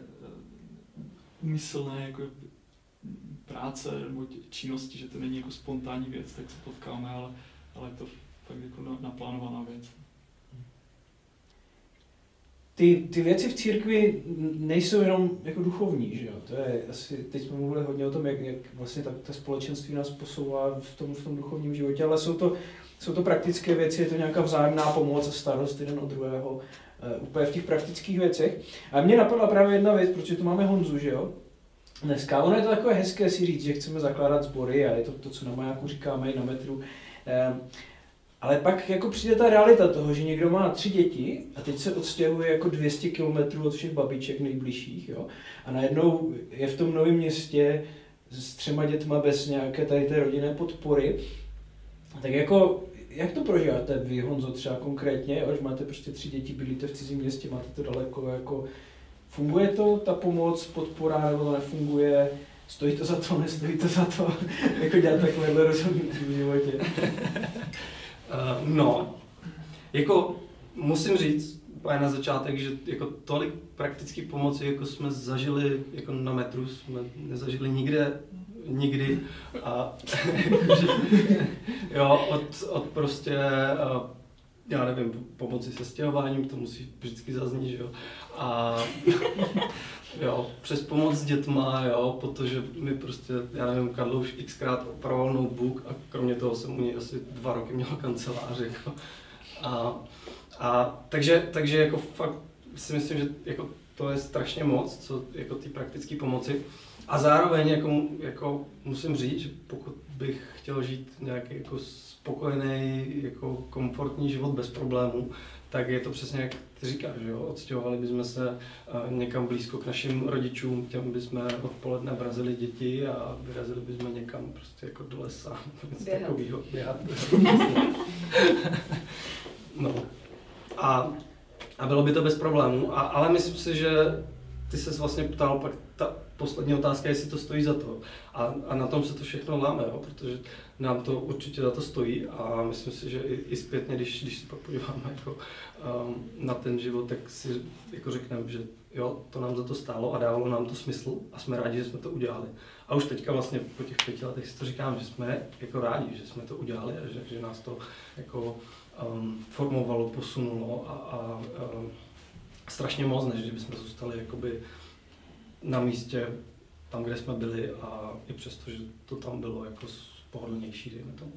úmyslné jako práce nebo činnosti, že to není jako spontánní věc, tak se potkáme, ale je to fakt jako naplánovaná věc. ty věci v církvi nejsou jenom jako duchovní, že jo? To je asi, teď jsme mluvili hodně o tom, jak vlastně ta společenství nás posouvá v tom duchovním životě, ale jsou to praktické věci, je to nějaká vzájemná pomoc a starost jeden od druhého, úplně v těch praktických věcech. A mě napadla právě jedna věc, protože tu máme Honzu, že jo? Dneska, ono je to takové hezké si říct, že chceme zakládat sbory a je to co na Majáku říkáme i na Metru. Ale pak jako přijde ta realita toho, že někdo má 3 děti a teď se odstěhuje jako 200 km od všech babiček nejbližších, jo? A najednou je v tom novém městě s 3 dětma bez nějaké tady té rodinné podpory. Tak jako, jak to prožíváte vy, Honzo, třeba konkrétně, jo? Že máte prostě 3 děti, bydlíte v cizím městě, máte to daleko, jako funguje to, ta pomoc, podpora, nebo to nefunguje? Stojí to za to, nestojí to za to? Jako dělat takovéhle rozhodnutí v životě? No, jako musím říct na začátek, že jako tolik praktické pomoci, jako jsme zažili jako na Metru, jsme nezažili nikdy. A jo, od prostě, já nevím, pomoci se stěhováním, to musí vždycky zaznít, že jo. A jo, přes pomoc s dětma, jo, protože mi prostě, já nevím, Karlo už xkrát opravoval notebook a kromě toho jsem u něj asi 2 roky měl kancelář, jako. Takže jako fakt si myslím, že jako to je strašně moc, co jako ty praktické pomoci. A zároveň jako musím říct, že pokud bych chtěl žít nějaký jako spokojený, jako komfortní život bez problémů, tak je to přesně jak ty říkáš, že jo? Odstěhovali bychom se někam blízko k našim rodičům, těm bychom odpoledne vrazili děti a vyrazili bychom někam prostě jako do lesa, něco takového, běhat. No. A bylo by to bez problémů, ale myslím si, že ty ses vlastně ptal pak ta poslední otázka, jestli to stojí za to. A na tom se to všechno láme, jo? Protože nám to určitě za to stojí a myslím si, že i zpětně, když se pak podíváme jako, na ten život, tak si jako řekneme, že jo, to nám za to stálo a dávalo nám to smysl a jsme rádi, že jsme to udělali. A už teďka vlastně po těch 5 letech si to říkám, že jsme jako rádi, že jsme to udělali a že nás to jako formovalo, posunulo a strašně moc, než kdybychom zůstali jakoby na místě, tam, kde jsme byli a i přesto, že to tam bylo jako pohodlnější, dejme tomu.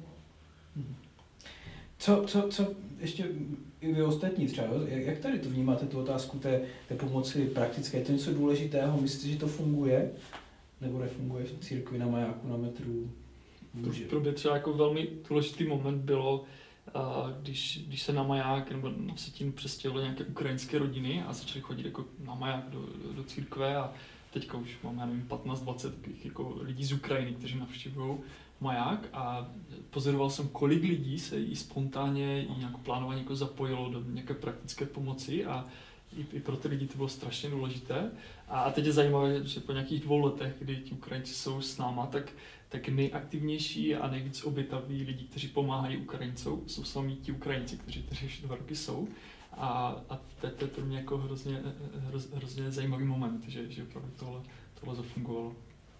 Co ještě i vy ostatní třeba, jak tady to vnímáte, tu otázku té pomoci praktické? Je to něco důležitého? Myslíte, že to funguje? Nebo nefunguje v církvi, na Majáku, na Metru? Pro mě třeba jako velmi důležitý moment bylo, když se na Maják nebo na Vsetín přestěhovaly nějaké ukrajinské rodiny a začaly chodit jako na Maják do církve a teďka už mám, já nevím, 15-20 jako lidí z Ukrajiny, kteří navštěvují Maják a pozoroval jsem, kolik lidí se i spontánně i nějak plánovaně jako zapojilo do nějaké praktické pomoci a i pro ty lidi to bylo strašně důležité. A teď je zajímavé, že po nějakých 2 letech, kdy ti Ukrajinci jsou s náma, tak nejaktivnější a nejvíc obětaví lidi, kteří pomáhají Ukrajincům, jsou sami ti Ukrajinci, kteří už 2 roky jsou. A to je pro mě jako hrozně zajímavý moment, že opravdu tohle zafungovalo.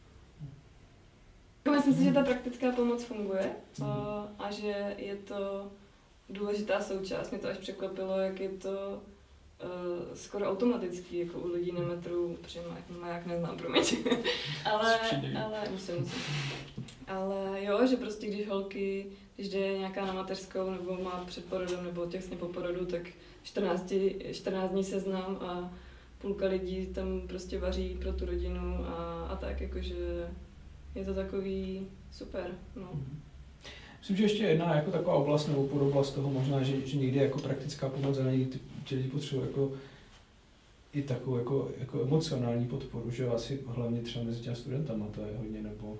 Myslím si, že ta praktická pomoc funguje a že je to důležitá součást. Mě to až překvapilo, jak je to skoro automatický, jako u lidí na Metru, protože Maják neznám, promiň. ale musím. Ale jo, že prostě když holky, když jde nějaká na mateřskou nebo má před porodem nebo těsně po porodu, tak 14 dní se znám a půlka lidí tam prostě vaří pro tu rodinu a tak, jakože je to takový super, no. Myslím, že ještě jedna jako taková oblast nebo podoblast toho možná, že někdy jako praktická pomoc a někdy ti lidi potřebují jako i takovou jako emocionální podporu, že asi hlavně třeba mezi těmi studentama to je hodně, nebo...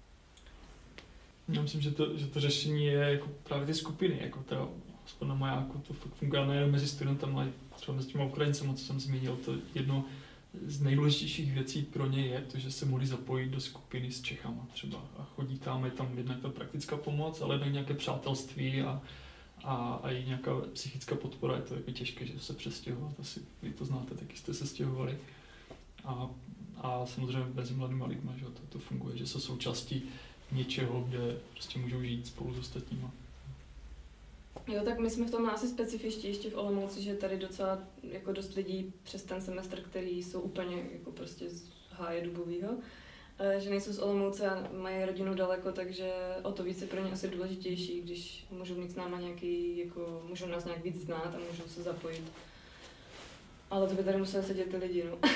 Já myslím, že to řešení je jako právě ty skupiny, jako teda aspoň na Majáku to fakt funguje nejen mezi studentama, ale třeba mezi těma Ukrajincema, co jsem zmínil, to jedno z nejdůležitějších věcí pro ně je to, že se mohli zapojit do skupiny s Čechama třeba a chodí tam, je tam jednak ta praktická pomoc, ale jednak nějaké přátelství a i nějaká psychická podpora, je to jako těžké, že se přestěhovat, asi vy to znáte, taky jste se stěhovali a samozřejmě mezi mladými lidmi, že to funguje, že jsou součástí něčeho, kde prostě můžou žít spolu s ostatníma. Jo, tak my jsme v tom asi specifičtí ještě v Olomouci, že tady docela jako dost lidí přes ten semestr, který jsou úplně jako prostě z háje dubovýho, že nejsou z Olomouce a mají rodinu daleko, takže o to víc je pro ně asi důležitější, když můžou mít s náma nějaký, jako můžou nás nějak víc znát a můžou se zapojit. Ale to by tady museli sedět ty lidi, no.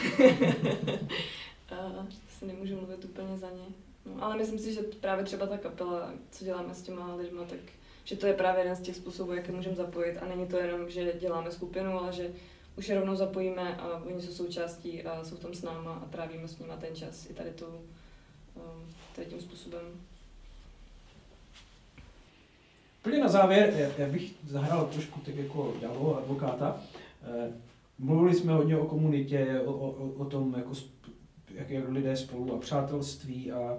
Si nemůžu mluvit úplně za ně. No, ale myslím si, že právě třeba ta kapela, co děláme s těma lidma, tak že to je právě jeden z těch způsobů, jak je můžeme zapojit. A není to jenom, že děláme skupinu, ale že už je rovnou zapojíme a oni jsou součástí a jsou v tom s náma a trávíme s nimi ten čas i tady tím způsobem. Úplně na závěr, já bych zahrál trošku tak jako ďáblového advokáta. Mluvili jsme hodně o komunitě, o tom, jako, jak lidé spolu a přátelství a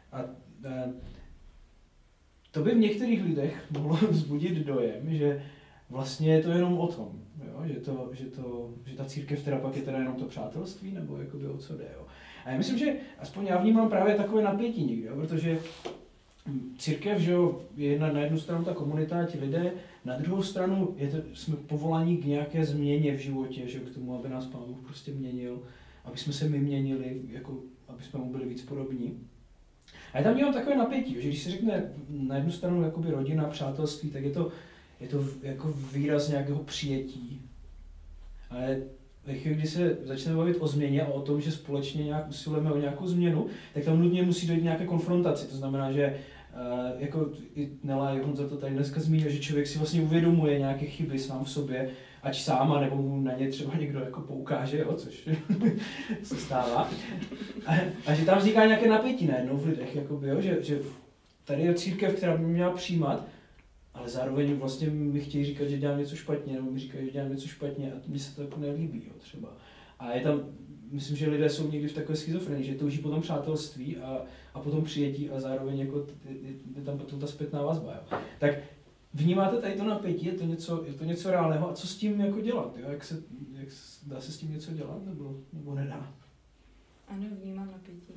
to by v některých lidech mohlo vzbudit dojem, že vlastně je to jenom o tom, jo? Že ta církev teda pak je teda jenom to přátelství, nebo jakoby o co jde. Jo? A já myslím, že aspoň já vnímám právě takové napětí někde, jo? Protože církev, že jo, je na jednu stranu ta komunita, ti lidé, na druhou stranu jsme povoláni k nějaké změně v životě, že jo, k tomu, aby nás Pán Bůh prostě měnil, aby jsme se my měnili, jako, aby jsme mu byli víc podobní. A já tam měl takové napětí, že když se řekne na jednu stranu jakoby rodina, přátelství, tak je to jako výraz nějakého přijetí. Ale ve chvíli, kdy se začneme bavit o změně a o tom, že společně nějak usilujeme o nějakou změnu, tak tam nutně musí dojít nějaké konfrontaci. To znamená, že jako i Nela i Honza to tady dneska zmínil, že člověk si vlastně uvědomuje nějaké chyby sám v sobě, ať sám, nebo mu na ně třeba někdo jako poukáže, jo, což se stává. A že tam vzniká nějaké napětí najednou v lidech, jakoby, jo, že tady je církev, která by měla přijímat, ale zároveň vlastně mi chtějí říkat, že dělám něco špatně, nebo mi říkají, že dělám něco špatně a mně se to jako nelíbí, jo, třeba. A je tam, myslím, že lidé jsou někdy v takové schizofrenii, že touží po tom přátelství a po tom přijetí a zároveň jako je tam potom ta zpětná vazba, jo. Tak vnímáte tady to napětí, je to něco reálného a co s tím jako dělat, jo? Dá se s tím něco dělat nebo nedá? Ano, vnímám napětí.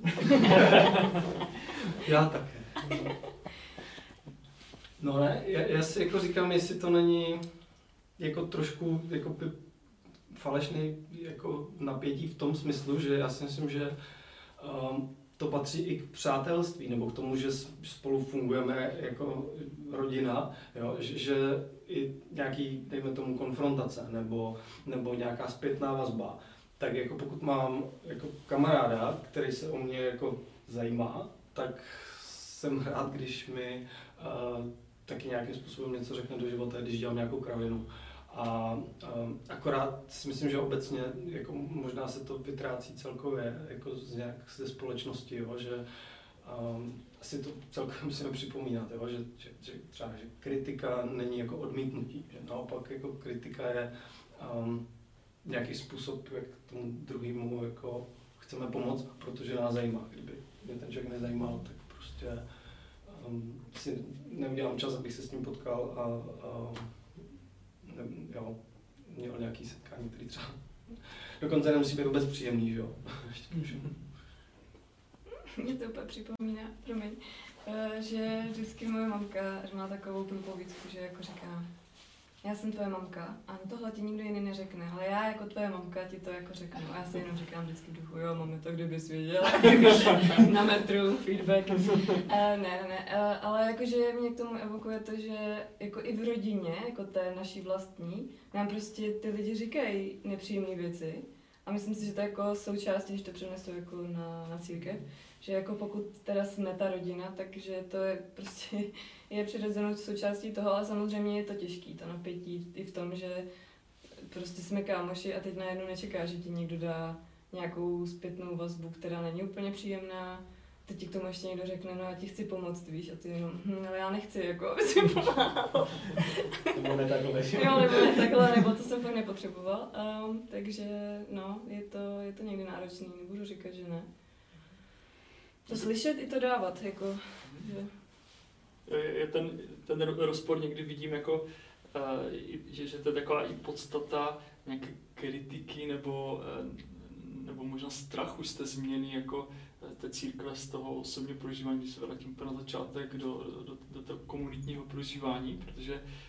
Já také. No ne, já si jako říkám, jestli to není jako trošku jako falešný jako napětí v tom smyslu, že já si myslím, že to patří i k přátelství, nebo k tomu, že spolu fungujeme jako rodina, jo? Že i nějaký, dejme tomu, konfrontace nebo nějaká zpětná vazba, tak jako pokud mám jako kamaráda, který se o mě jako zajímá, tak jsem rád, když mi taky nějakým způsobem něco řekne do života, když dělám nějakou kravinu. A akorát si myslím, že obecně jako možná se to vytrácí celkově jako ze společnosti, jo, že asi to celkem musíme připomínat, jo, že třeba že kritika není jako odmítnutí, že naopak jako kritika je nějaký způsob, jak tomu druhému jako chceme pomoct, protože nás zajímá. Kdyby mě ten člověk nezajímal, tak prostě si neudělám čas, abych se s ním potkal a jo, měl nějaký setkání, který třeba dokonce nemusí být vůbec příjemný, že jo. Mě to úplně připomíná, promiň, že vždycky moje mamka má takovou průpovídku, že jako říká, já jsem tvoje mamka a tohle ti nikdo jiný neřekne, ale já jako tvoje mamka ti to jako řeknu. A já si jenom říkám vždycky v duchu, jo, mami, to kdybys věděla, na metru, feedback. Ne, ale jakože mě k tomu evokuje to, že jako i v rodině, jako té naší vlastní, nám prostě ty lidi říkají nepříjemné věci. A myslím si, že to je jako součástí, když to přenesu jako na církev, že jako pokud teda jsme ta rodina, takže to je prostě je přirozenou součástí toho, ale samozřejmě je to těžký, to napětí i v tom, že prostě jsme kámoši a teď najednou nečeká, že ti někdo dá nějakou zpětnou vazbu, která není úplně příjemná. Teď ti k tomu ještě někdo řekne, no já ti chci pomoct, víš, a ty jenom, ale já nechci, jako, aby si pomáhal. Nebo ne takhle. Jo, nebo ne takhle, nebo to jsem fakt nepotřeboval. Takže, no, je to někdy náročný, nebudu říkat, že ne. To slyšet i to dávat, jako, že... Je ten rozpor někdy vidím jako, že to je taková i podstata nějaké kritiky nebo možná strachu z té změny jako té církve z toho osobního prožívání, když se vrátím na začátek do toho komunitního prožívání, protože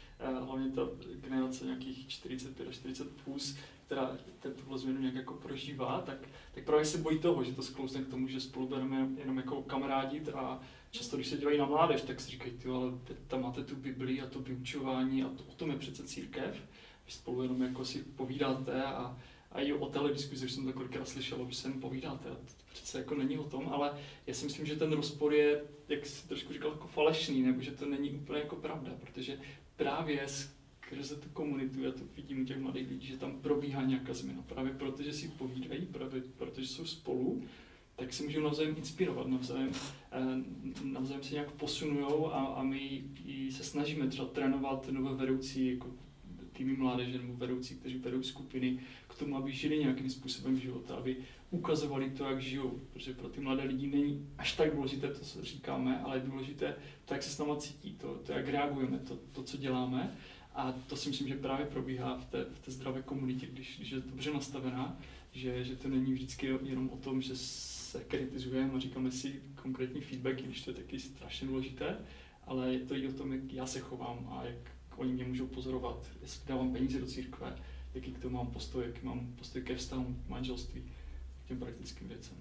hlavně ta generace nějakých 45 až 40 plus, která tuhle změnu nějak jako prožívá, tak právě se bojí toho, že to sklouzne k tomu, že spolu budeme jenom jako kamarádit a často, když se dívají na mládež, tak si říkají, ale tam máte tu Biblii a to vyučování a o tom je přece církev. Vy spolu jenom jako si povídáte a i o téhle diskuzi, že jsem to kolikrát slyšel, že se jen povídáte. A to přece jako není o tom, ale já si myslím, že ten rozpor je, jak si trošku říkal, jako falešný, nebo že to není úplně jako pravda, protože právě skrze tu komunitu, já to vidím u těch mladých lidí, že tam probíhá nějaká změna. Právě protože si povídají, právě protože jsou spolu, tak si můžou navzájem inspirovat, navzájem se nějak posunujou a my se snažíme třeba trénovat nové vedoucí, jako týmy mládeže nebo vedoucí, kteří vedou skupiny, k tomu, aby žili nějakým způsobem života, aby ukazovali to, jak žijou. Protože pro ty mladé lidi není až tak důležité to, co říkáme, ale je důležité to, jak se s náma cítí, to jak reagujeme, to, co děláme. A to si myslím, že právě probíhá v té zdravé komunitě, když je dobře nastavená, že to není vždycky jenom o tom, že se kritizujeme a říkáme si konkrétní feedback, když to je taky strašně důležité, ale je to i o tom, jak já se chovám a jak oni mě můžou pozorovat, jestli dávám peníze do církve, jaký k tomu mám postoj, jaký mám postoj ke vztahu, k manželství, k těm praktickým věcem.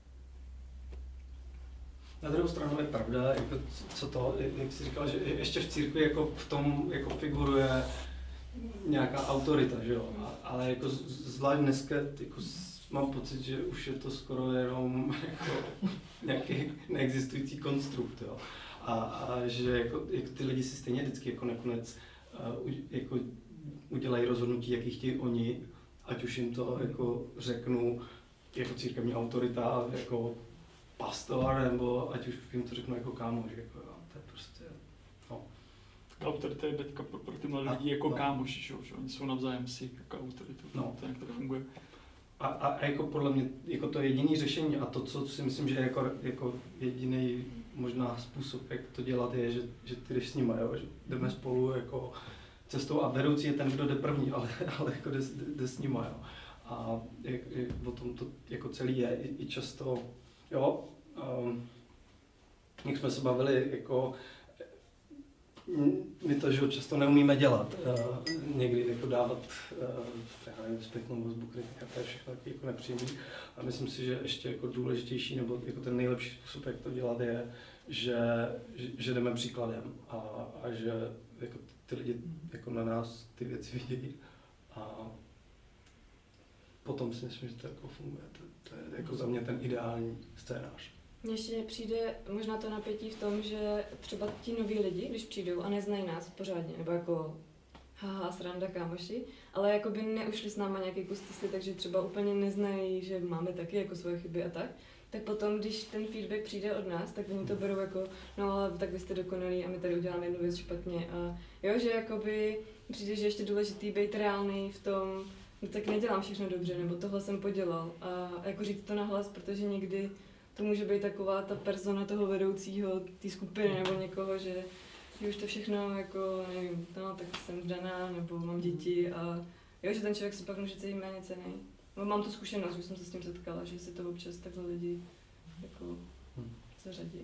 Na druhou stranu je pravda, jako jak jsi říkal, že ještě v církvi jako v tom jako figuruje nějaká autorita, že jo? Ale jako zvlášť dneska jako mám pocit, že už je to skoro jenom jako nějaký neexistující konstrukt, jo? A že jako ty lidi si stejně vždycky jako nakonec jako udělají rozhodnutí, jaký chtějí oni, ať už jim to jako řeknu jako církevní autorita, jako pastor, nebo ať už jim to řeknu jako kámoš, jako jo, to je prostě, no. Autorita je teďka pro ty mladé lidi jako kámoši, že oni jsou navzájem si jako autoritu, to jak to funguje. A jako podle mě jako to jediné řešení a to, co si myslím, že je jako jediný možná způsob, jak to dělat, je, že ty jdeš s nimi, jo, že jdeme spolu jako cestou a vedoucí je ten, kdo jde první, ale jako jde s nimi, jo. A jak o tom to jako celý je i často, jo, jak jsme se bavili, jako my to, že často neumíme dělat, někdy jako dávat, já nevím, zpětnou vazbu, kritika, to je všechno taky jako nepříjemný. A myslím si, že ještě jako důležitější, nebo jako ten nejlepší způsob, jak to dělat, je, že jdeme příkladem a že jako ty lidi jako na nás ty věci vidějí. A potom si myslím, že to jako funguje. To je jako za mě ten ideální scénář. Mně ještě přijde možná to napětí v tom, že třeba ti noví lidi, když přijdou a neznají nás pořádně, nebo jako haha, sranda kámoši, ale jako by neušli s náma nějaký kus cesty, takže třeba úplně neznají, že máme taky jako svoje chyby a tak potom, když ten feedback přijde od nás, tak oni to berou jako, no ale tak vy jste dokonalí a my tady uděláme jednu věc špatně a jo, že jakoby přijde, že ještě důležitý být reálný v tom, no tak nedělám všechno dobře, nebo tohle jsem podělal a jako říct to nahlas, protože někdy to může být taková ta persona toho vedoucího, té skupiny nebo někoho, že už to všechno jako, nevím, no tak jsem vdaná nebo mám děti a jo, že ten člověk si pak může cítit méně cenný. No, mám tu zkušenost, že jsem se s tím setkala, že si to občas takhle lidi jako zařadí.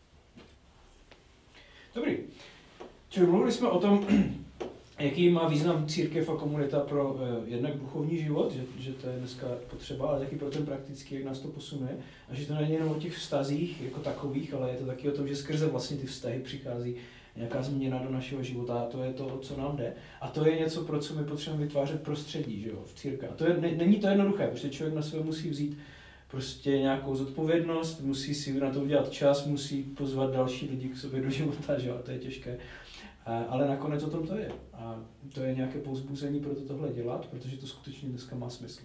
Dobrý. Čili mluvili jsme o tom, jaký má význam církev a komunita pro jednak duchovní život, že to je dneska potřeba, ale taky pro ten praktický, jak nás to posunuje. A že to není jenom o těch vztazích jako takových, ale je to taky o tom, že skrze vlastně ty vztahy přichází nějaká změna do našeho života a to je to, o co nám jde. A to je něco, pro co my potřebujeme vytvářet prostředí, že jo, v církvi. A to není to jednoduché, protože člověk na sebe musí vzít prostě nějakou zodpovědnost, musí si na to udělat čas, musí pozvat další lidi k sobě do života, že jo, a to je těžké. Ale nakonec o tom to je. A to je nějaké povzbuzení pro tohle dělat, protože to skutečně dneska má smysl.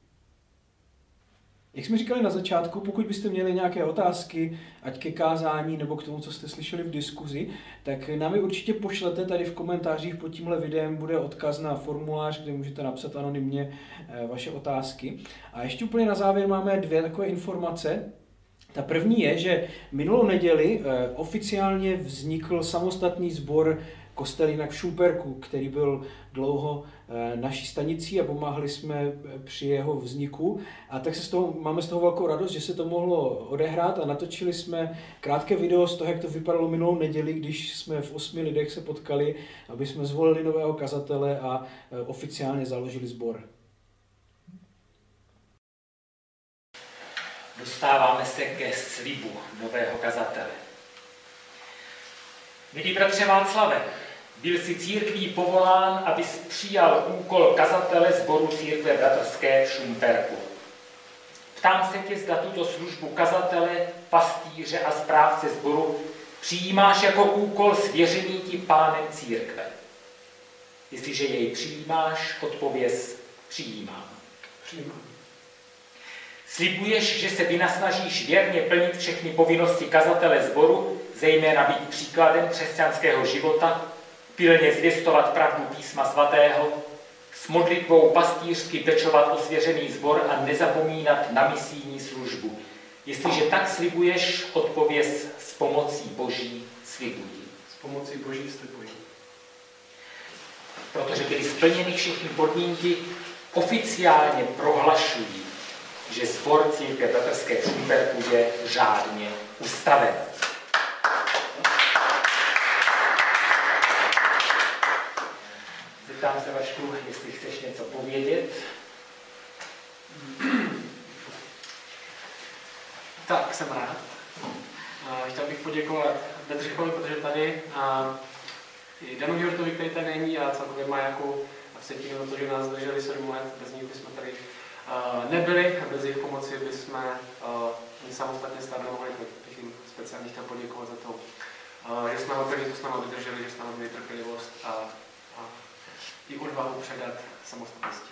Jak jsme říkali na začátku, pokud byste měli nějaké otázky, ať ke kázání nebo k tomu, co jste slyšeli v diskuzi, tak nám je určitě pošlete tady v komentářích pod tímhle videem, bude odkaz na formulář, kde můžete napsat anonymně vaše otázky. A ještě úplně na závěr máme 2 takové informace. Ta první je, že minulou neděli oficiálně vznikl samostatný sbor kostelínek v Šumperku, který byl dlouho naší stanicí a pomáhali jsme při jeho vzniku. A tak máme z toho velkou radost, že se to mohlo odehrát a natočili jsme krátké video z toho, jak to vypadalo minulou neděli, když jsme v 8 lidech se potkali, aby jsme zvolili nového kazatele a oficiálně založili sbor. Dostáváme se ke slibu nového kazatele. Milý bratře Václave, byl jsi církví povolán, abys přijal úkol kazatele sboru církve bratrské v Šumperku. Ptám se tě, zda tuto službu kazatele, pastýře a správce sboru přijímáš jako úkol svěřený ti Pánem církve. Jestliže jej přijímáš, odpověz přijímám. Přijímám. Slibuješ, že se vynasnažíš věrně plnit všechny povinnosti kazatele sboru, zejména být příkladem křesťanského života, pilně zvěstovat pravdu Písma svatého, s modlitbou pastýřsky pečovat o svěřený sbor a nezapomínat na misijní službu. Jestliže tak slibuješ, odpověz s pomocí Boží slibuji. S pomocí Boží slibuji. Protože byly splněny všechny podmínky, oficiálně prohlašují, že sbor církve bratrské v Šumperku je řádně ustaven. Zeptám se, Vašku, jestli chceš něco povědět. Tak, jsem rád. Chtěl bych poděkovat Bedřichovi, protože tady i Danu Hjortovi, který tady není, a celkově Majaku a Vsetínu, protože nás zdrželi 7 let, bez nich bychom tady nebyli a bez jejich pomoci bychom samostatně starali, bych jim speciálně chtěl poděkovat za to, že jsme to s námi vydrželi, že jsme měli trpělivost a i odvahu předat samostatnosti.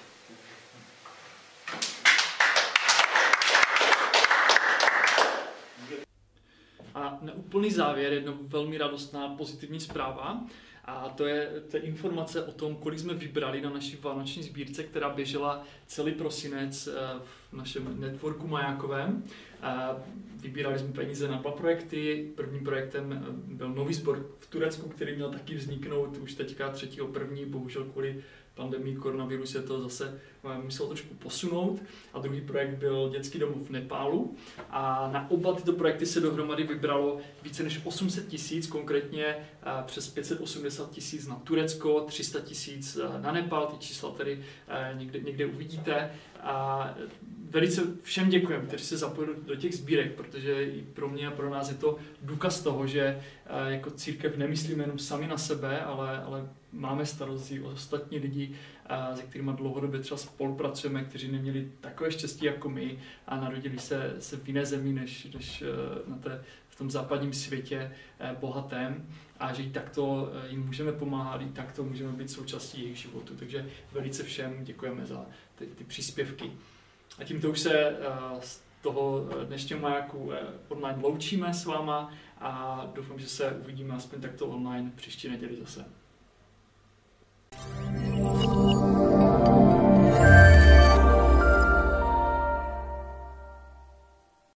A na úplný závěr jedna velmi radostná pozitivní zpráva. A to je informace o tom, kolik jsme vybrali na naší vánoční sbírce, která běžela celý prosinec v našem networku Majákovém. Vybírali jsme peníze na 2 projekty. Prvním projektem byl nový sbor v Turecku, který měl taky vzniknout už teďka 3.1. Bohužel kvůli pandemii koronaviru se to zase muselo trošku posunout. A druhý projekt byl dětský domov v Nepálu. A na oba tyto projekty se dohromady vybralo více než 800 000, konkrétně přes 580 000 na Turecko, 300 000 na Nepál, ty čísla tady někde uvidíte. A velice všem děkujeme, kteří se zapojili do těch sbírek, protože i pro mě a pro nás je to důkaz toho, že jako církev nemyslíme jenom sami na sebe, ale máme starosti o ostatní lidi, se kterými dlouhodobě třeba spolupracujeme, kteří neměli takové štěstí jako my a narodili se v jiné zemi než v tom západním světě bohatém, a že i takto jim můžeme pomáhat, i takto můžeme být součástí jejich životu. Takže velice všem děkujeme za ty příspěvky. A tímto už se z toho dnešního Majáku online loučíme s váma a doufám, že se uvidíme aspoň takto online příští neděli zase.